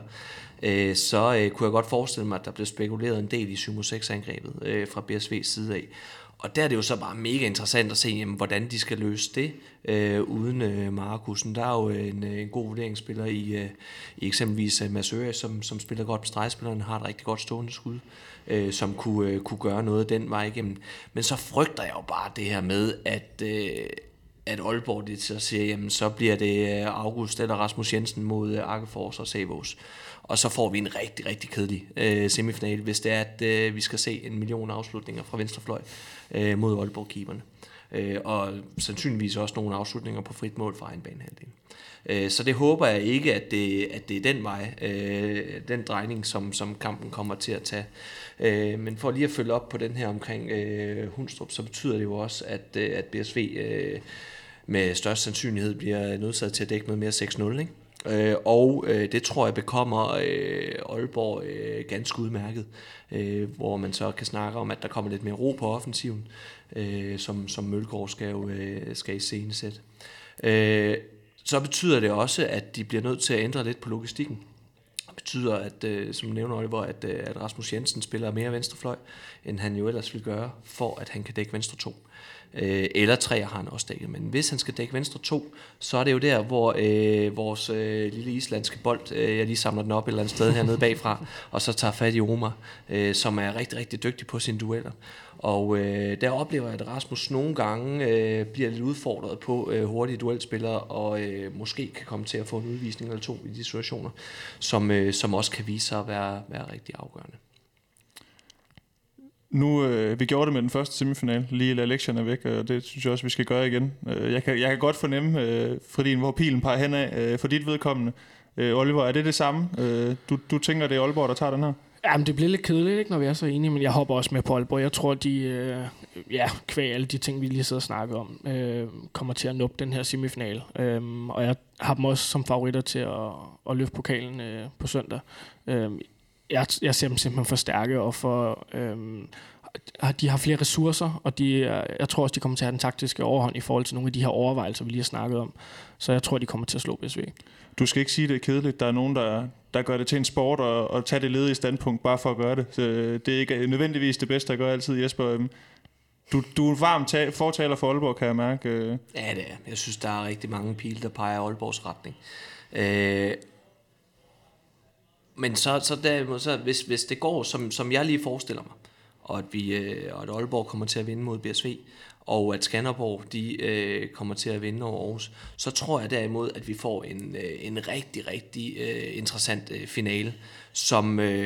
Så kunne jeg godt forestille mig, at der blev spekuleret en del i 7-6 angrebet fra BSV's side af. Og der er det jo så bare mega interessant at se, jamen, hvordan de skal løse det uden Markussen. Der er jo en god vurderingsspiller i eksempelvis Masøe, som spiller godt på stregspillerne, har et rigtig godt stående skud, som kunne gøre noget den vej igennem. Men så frygter jeg jo bare det her med, at Aalborg det så siger, jamen så bliver det August eller Rasmus Jensen mod Arkefors og Savos. Og så får vi en rigtig, rigtig kedelig semifinale, hvis det er, at vi skal se 1 million afslutninger fra venstrefløj mod Aalborg-keeperne. Og sandsynligvis også nogle afslutninger på frit mål fra egen banehalvdel. Så det håber jeg ikke, at det er den vej, den drejning, som kampen kommer til at tage. Men for lige at følge op på den her omkring Hundstrup, så betyder det jo også, at BSV med størst sandsynlighed bliver nødsaget til at dække noget mere 6-0, ikke? Og det tror jeg bekommer Aalborg ganske udmærket, hvor man så kan snakke om, at der kommer lidt mere ro på offensiven, som Mølgaard skal i scenesæt. Så betyder det også, at de bliver nødt til at ændre lidt på logistikken. Det betyder, at, som nævner Oliver, at Rasmus Jensen spiller mere venstrefløj, end han jo ellers vil gøre, for at han kan dække venstre 2. Eller 3 har han også dækket. Men hvis han skal dække venstre 2, så er det jo der, hvor vores lille islandske bold, jeg lige samler den op et eller andet sted hernede bagfra, og så tager fat i Omar, som er rigtig, rigtig dygtig på sine dueller. Og der oplever jeg, at Rasmus nogle gange bliver lidt udfordret på hurtige duelspillere, og måske kan komme til at få en udvisning eller 2 i de situationer, som også kan vise sig at være rigtig afgørende. Nu, vi gjorde det med den første semifinal, lige lade lektierne væk, og det synes jeg også, vi skal gøre igen. Jeg kan godt fornemme, Fredin, hvor pilen peger henad for dit vedkommende. Oliver, er det det samme? Du tænker, det er Aalborg, der tager den her? Jamen, det bliver lidt kedeligt, ikke, når vi er så enige, men jeg hopper også med på Aalborg. Jeg tror, de, kvæg alle de ting, vi lige sidder og snakker om, kommer til at nuppe den her semifinal. Og jeg har dem også som favoritter til at løfte pokalen på søndag. Jeg ser dem simpelthen for stærke, og de har flere ressourcer, og jeg tror også, de kommer til at have den taktiske overhånd i forhold til nogle af de her overvejelser, vi lige har snakket om. Så jeg tror, de kommer til at slå BSV. Du skal ikke sige, det er kedeligt. Der er nogen, der gør det til en sport og tage det ledige standpunkt bare for at gøre det. Så det er ikke nødvendigvis det bedste at gøre altid, Jesper. Du er varm fortaler for Aalborg, kan jeg mærke. Ja, det er. Jeg synes, der er rigtig mange pile, der peger Aalborgs retning. Men så derimod, så hvis det går, som jeg lige forestiller mig, og at Aalborg kommer til at vinde mod BSV, og at Skanderborg de kommer til at vinde over Aarhus, så tror jeg derimod, at vi får en rigtig, rigtig interessant finale,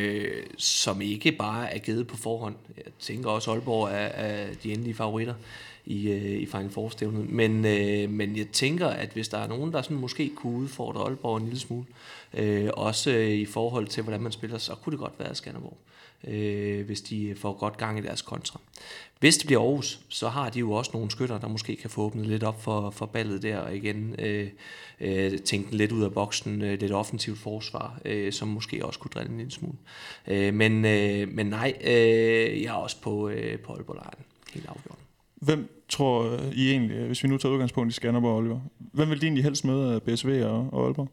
som ikke bare er givet på forhånd. Jeg tænker også, at Aalborg er de endelige favoritter. i Final Four-stævnet. Men jeg tænker, at hvis der er nogen, der sådan måske kunne udfordre Aalborg en lille smule, også i forhold til, hvordan man spiller, så kunne det godt være Skanderborg, hvis de får godt gang i deres kontra. Hvis det bliver Aarhus, så har de jo også nogle skytter, der måske kan få åbnet lidt op for ballet der, og igen tænke lidt ud af boksen, lidt offensivt forsvar, som måske også kunne drille en lille smule. Men nej, jeg er også på Aalborg-lejren, helt afgjort. Hvem tror I egentlig, hvis vi nu tager udgangspunkt i Skanderborg og Oliver, hvem vil de egentlig helst møde af BSV og Aalborg?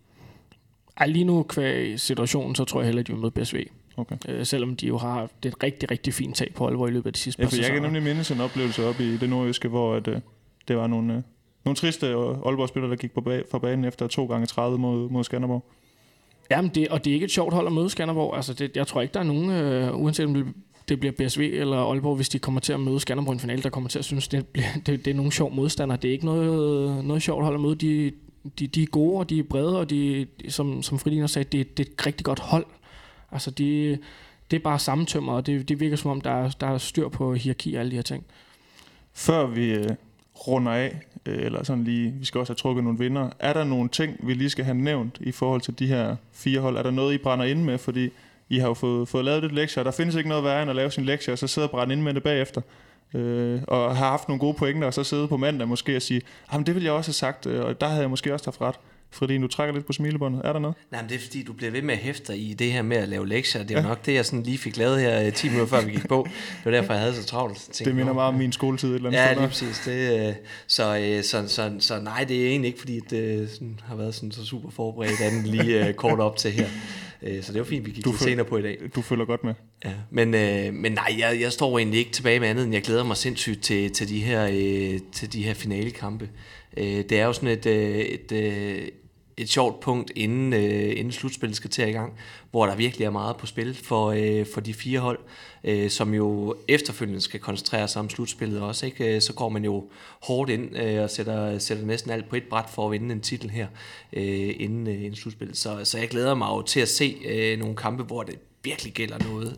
Lige nu kvæg situationen, så tror jeg heller, at de vil møde BSV. Okay. Selvom de jo har et rigtig, rigtig fint tag på Aalborg i løbet af de sidste par sæsoner. Jeg kan nemlig mindes en oplevelse op i det nordjyske, hvor det var nogle triste Aalborg-spillere, der gik fra banen efter 2 gange 30 mod Skanderborg. Jamen, det er ikke et sjovt hold at møde Skanderborg. Altså, jeg tror ikke, der er nogen, uanset om det bliver BSV eller Aalborg, hvis de kommer til at møde Skanderborg i en finale, der kommer til at synes, det er nogle sjov modstander. Det er ikke noget sjovt hold at møde. De er gode, og de er brede, og som Fridiner sagde, det er et rigtig godt hold. Altså, det er bare sammentømmer, og det virker som om, der er styr på hierarki og alle de her ting. Før vi runder af, eller sådan lige, vi skal også have trukket nogle vinder, er der nogle ting, vi lige skal have nævnt i forhold til de her 4 hold? Er der noget, I brænder ind med? Fordi I har jo fået lavet lidt lektier. Der findes ikke noget værre end at lave sin lektier, og så sidde og brænde ind med det bagefter. Og har haft nogle gode pointer, og så sidde på mandag måske og sige, det ville jeg også have sagt, og der havde jeg måske også haft ret. Fordi du trækker lidt på smilebåndet. Er der noget? Nej, men det er fordi, du bliver ved med at hæfte i det her med at lave lektier. Det er jo nok det, jeg sådan lige fik lavet her 10 minutter før vi gik på. Det var derfor, jeg havde så travlt. Det minder meget om min skoletid et eller andet sted. Ja, lige præcis. Så nej, det er egentlig ikke, fordi det sådan, har været sådan så super forberedt anden lige kort op til her. Så det var fint, vi gik lidt senere på i dag. Du følger godt med. Ja, men nej, jeg står egentlig ikke tilbage med andet, end jeg glæder mig sindssygt til de her finalekampe. Det er jo sådan et sjovt punkt, inden slutspillet skal til i gang, hvor der virkelig er meget på spil for de 4 hold, som jo efterfølgende skal koncentrere sig om slutspillet også. Ikke? Så går man jo hårdt ind og sætter næsten alt på et bræt for at vinde en titel her inden slutspillet. Så jeg glæder mig jo til at se nogle kampe, hvor det virkelig gælder noget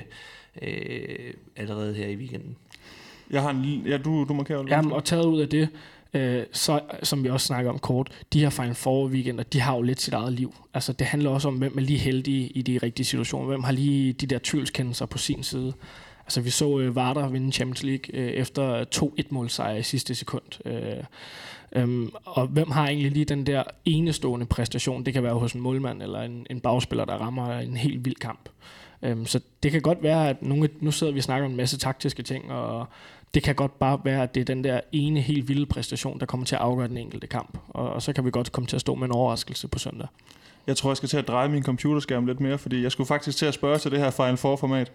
allerede her i weekenden. Jeg har du markerer. Jamen, og taget ud af det, så, som vi også snakker om kort, de her Final Four weekender, de har jo lidt sit eget liv. Altså, det handler også om, hvem er lige heldige i de rigtige situationer. Hvem har lige de der tvivlskendelser på sin side. Altså, vi så Vardar vinde Champions League efter 2-1-målsejr i sidste sekund. Og hvem har egentlig lige den der enestående præstation? Det kan være hos en målmand eller en bagspiller, der rammer en helt vild kamp. Så det kan godt være, at nu sidder vi og snakker om en masse taktiske ting, og det kan godt bare være, at det er den der ene helt vilde præstation, der kommer til at afgøre den enkelte kamp. Og så kan vi godt komme til at stå med en overraskelse på søndag. Jeg tror, jeg skal til at dreje min computerskærm lidt mere, fordi jeg skulle faktisk til at spørge til det her Final Four-format.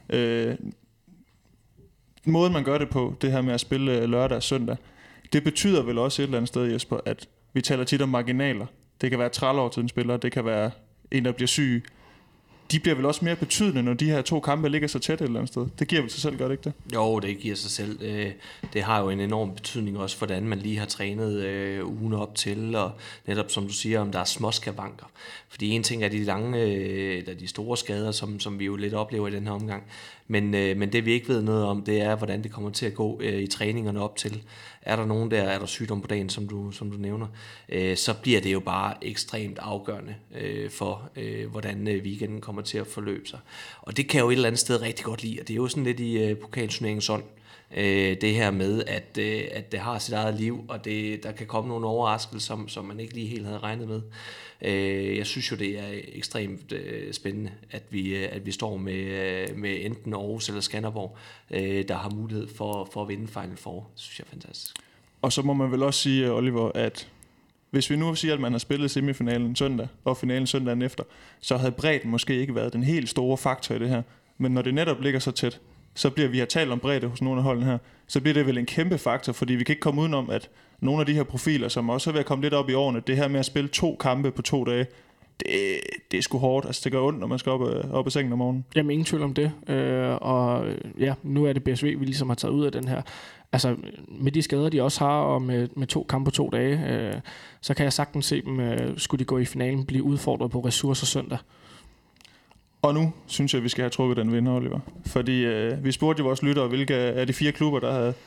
Måden man gør det på, det her med at spille lørdag og søndag, det betyder vel også et eller andet sted, Jesper, at vi taler tit om marginaler. Det kan være trælår til en spiller, det kan være en, der bliver syg. De bliver vel også mere betydende, når de her 2 kampe ligger så tæt et eller andet sted. Det giver vel sig selv, gør det ikke det? Jo, det giver sig selv. Det har jo en enorm betydning også, hvordan man lige har trænet ugen op til, og netop som du siger, om der er småskavanker. Fordi en ting er de lange, eller de store skader, som vi jo lidt oplever i den her omgang. Men det vi ikke ved noget om, det er, hvordan det kommer til at gå i træningerne op til. Er der nogen er der sygdom på dagen, som du nævner, så bliver det jo bare ekstremt afgørende for, hvordan weekenden kommer til at forløbe sig. Og det kan jeg jo et eller andet sted rigtig godt lide, og det er jo sådan lidt i pokalturneringens ånd. Det her med, at det har sit eget liv, og der kan komme nogle overraskelser, som man ikke lige helt havde regnet med. Jeg synes jo, det er ekstremt spændende, at vi står med enten Aarhus eller Skanderborg, der har mulighed for at vinde Final Four. Det synes jeg er fantastisk. Og så må man vel også sige, Oliver, at hvis vi nu siger, at man har spillet semifinalen søndag, og finalen søndagen efter, så havde bredden måske ikke været den helt store faktor i det her. Men når det netop ligger så tæt, så bliver vi har talt om bredde hos nogle af holdene her, så bliver det vel en kæmpe faktor, fordi vi kan ikke komme udenom, at nogle af de her profiler, som også er ved at komme lidt op i årene, det her med at spille 2 kampe på 2 dage, det er sgu hårdt. Altså, det gør ondt, når man skal op af sengen om morgenen. Jamen, ingen tvivl om det. Og ja, nu er det BSV, vi ligesom har taget ud af den her. Altså, med de skader, de også har, og med 2 kampe på 2 dage, så kan jeg sagtens se dem, skulle de gå i finalen, blive udfordret på ressourcer søndag. Og nu synes jeg, at vi skal have trukket den vinder, Oliver. Fordi vi spurgte jo vores lyttere, hvilke af de 4 klubber,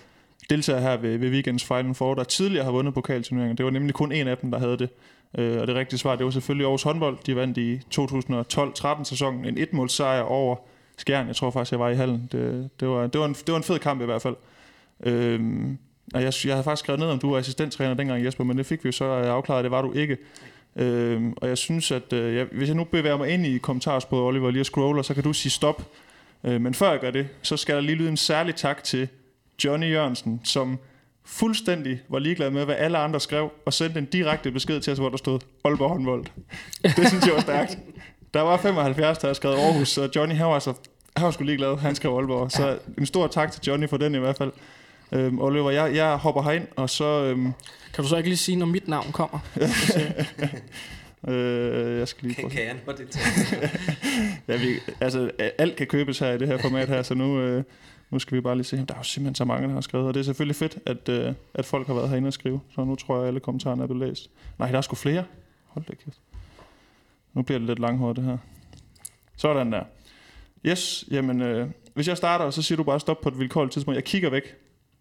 deltager her ved weekends Final Four, der tidligere har vundet pokalturneringen. Det var nemlig kun en af dem, der havde det. Og det rigtige svar, det var selvfølgelig Aarhus Håndbold. De vandt i 2012-13 sæsonen en 1-måls sejr over Skjern. Jeg tror faktisk, jeg var i hallen. Det var en fed kamp i hvert fald. Og jeg havde faktisk skrevet ned, om du var assistenttræner dengang, Jesper, men det fik vi jo så afklaret, det var du ikke. Og jeg synes, at hvis jeg nu bevæger mig ind i kommentarsporet, Oliver, lige og scroller, så kan du sige stop. Men før jeg gør det, så skal der lige lyde en særlig tak til Johnny Jørgensen, som fuldstændig var ligeglad med, hvad alle andre skrev, og sendte en direkte besked til os, hvor der stod Aalborg håndbold. Det synes jeg var stærkt. Der var 75, der havde skrevet Aarhus, så Johnny han var sgu ligeglad. Han skrev Aalborg. Så en stor tak til Johnny for den i hvert fald. Oliver, jeg hopper herind, og så... Kan du så ikke lige sige, når mit navn kommer? Jeg skal lige prøve. Kan jeg på det? Altså, alt kan købes her i det her format her, så nu skal vi bare lige se. Der er jo simpelthen så mange, der har skrevet, og det er selvfølgelig fedt, at folk har været herinde og skrive. Så nu tror jeg, at alle kommentarerne er blevet læst. Nej, der er sgu flere. Hold da kæft. Nu bliver det lidt langhåret, det her. Sådan der. Yes, jamen, hvis jeg starter, så siger du bare stop på et vilkårligt tidspunkt. Jeg kigger væk.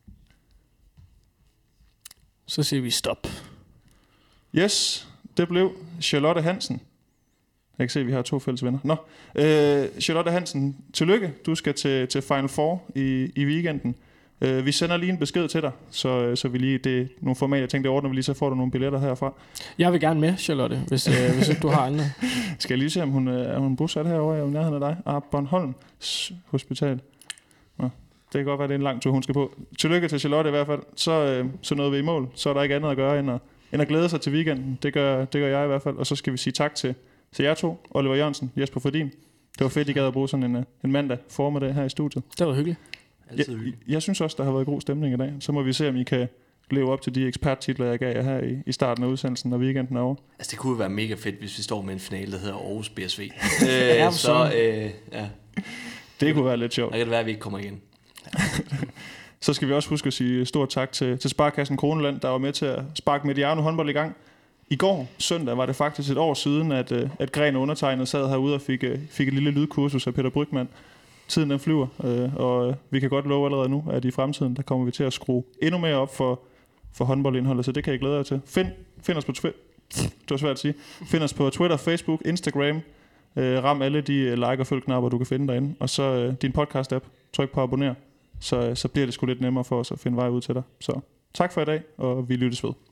Så siger vi stop. Yes, det blev Charlotte Hansen. Jeg kan se, at vi har 2 fælles venner. Charlotte Hansen, tillykke. Du skal til Final Four i weekenden. Vi sender lige en besked til dig, så vi lige, det er nogle format, jeg tænkte, det ordner vi lige, så får du nogle billetter herfra. Jeg vil gerne med, Charlotte, hvis ikke du har andre. Skal jeg lige se, om hun er bosat herovre i nærheden af dig? Bornholm Hospital. Nå, det kan godt være, det er en lang tur, hun skal på. Tillykke til Charlotte i hvert fald. Så nåede vi i mål. Så er der ikke andet at gøre, end at glæde sig til weekenden. Det gør jeg i hvert fald. Og så skal vi sige tak til jer to, Oliver Jørgensen, Jesper Fordin. Det var fedt, I gad at bruge sådan en mandag formiddag her i studiet. Det var hyggeligt. Jeg synes også, der har været god stemning i dag. Så må vi se, om I kan leve op til de eksperttitler, jeg gav jer her i starten af udsendelsen, når weekenden er over. Altså, det kunne jo være mega fedt, hvis vi står med en finale, der hedder Aarhus BSV. Ja. Det kunne være lidt sjovt. Og kan det være, at vi ikke kommer igen. Så skal vi også huske at sige stort tak til Sparkassen Kroneland, der var med til at sparke Mediano håndbold i gang. I går, søndag, var det faktisk et år siden, at Gren undertegnet sad herude og fik et lille lydkursus af Peter Brygman. Tiden den flyver, og vi kan godt love allerede nu, at i fremtiden, der kommer vi til at skrue endnu mere op for håndboldindholdet, så det kan jeg glæde jer til. Find os på Twitter. Det var svært at sige. Find os på Twitter, Facebook, Instagram. Ram alle de like og følg-knapper, du kan finde derinde. Og så din podcast-app. Tryk på abonner. Så bliver det sgu lidt nemmere for os at finde vej ud til dig. Så tak for i dag, og vi lyttes ved.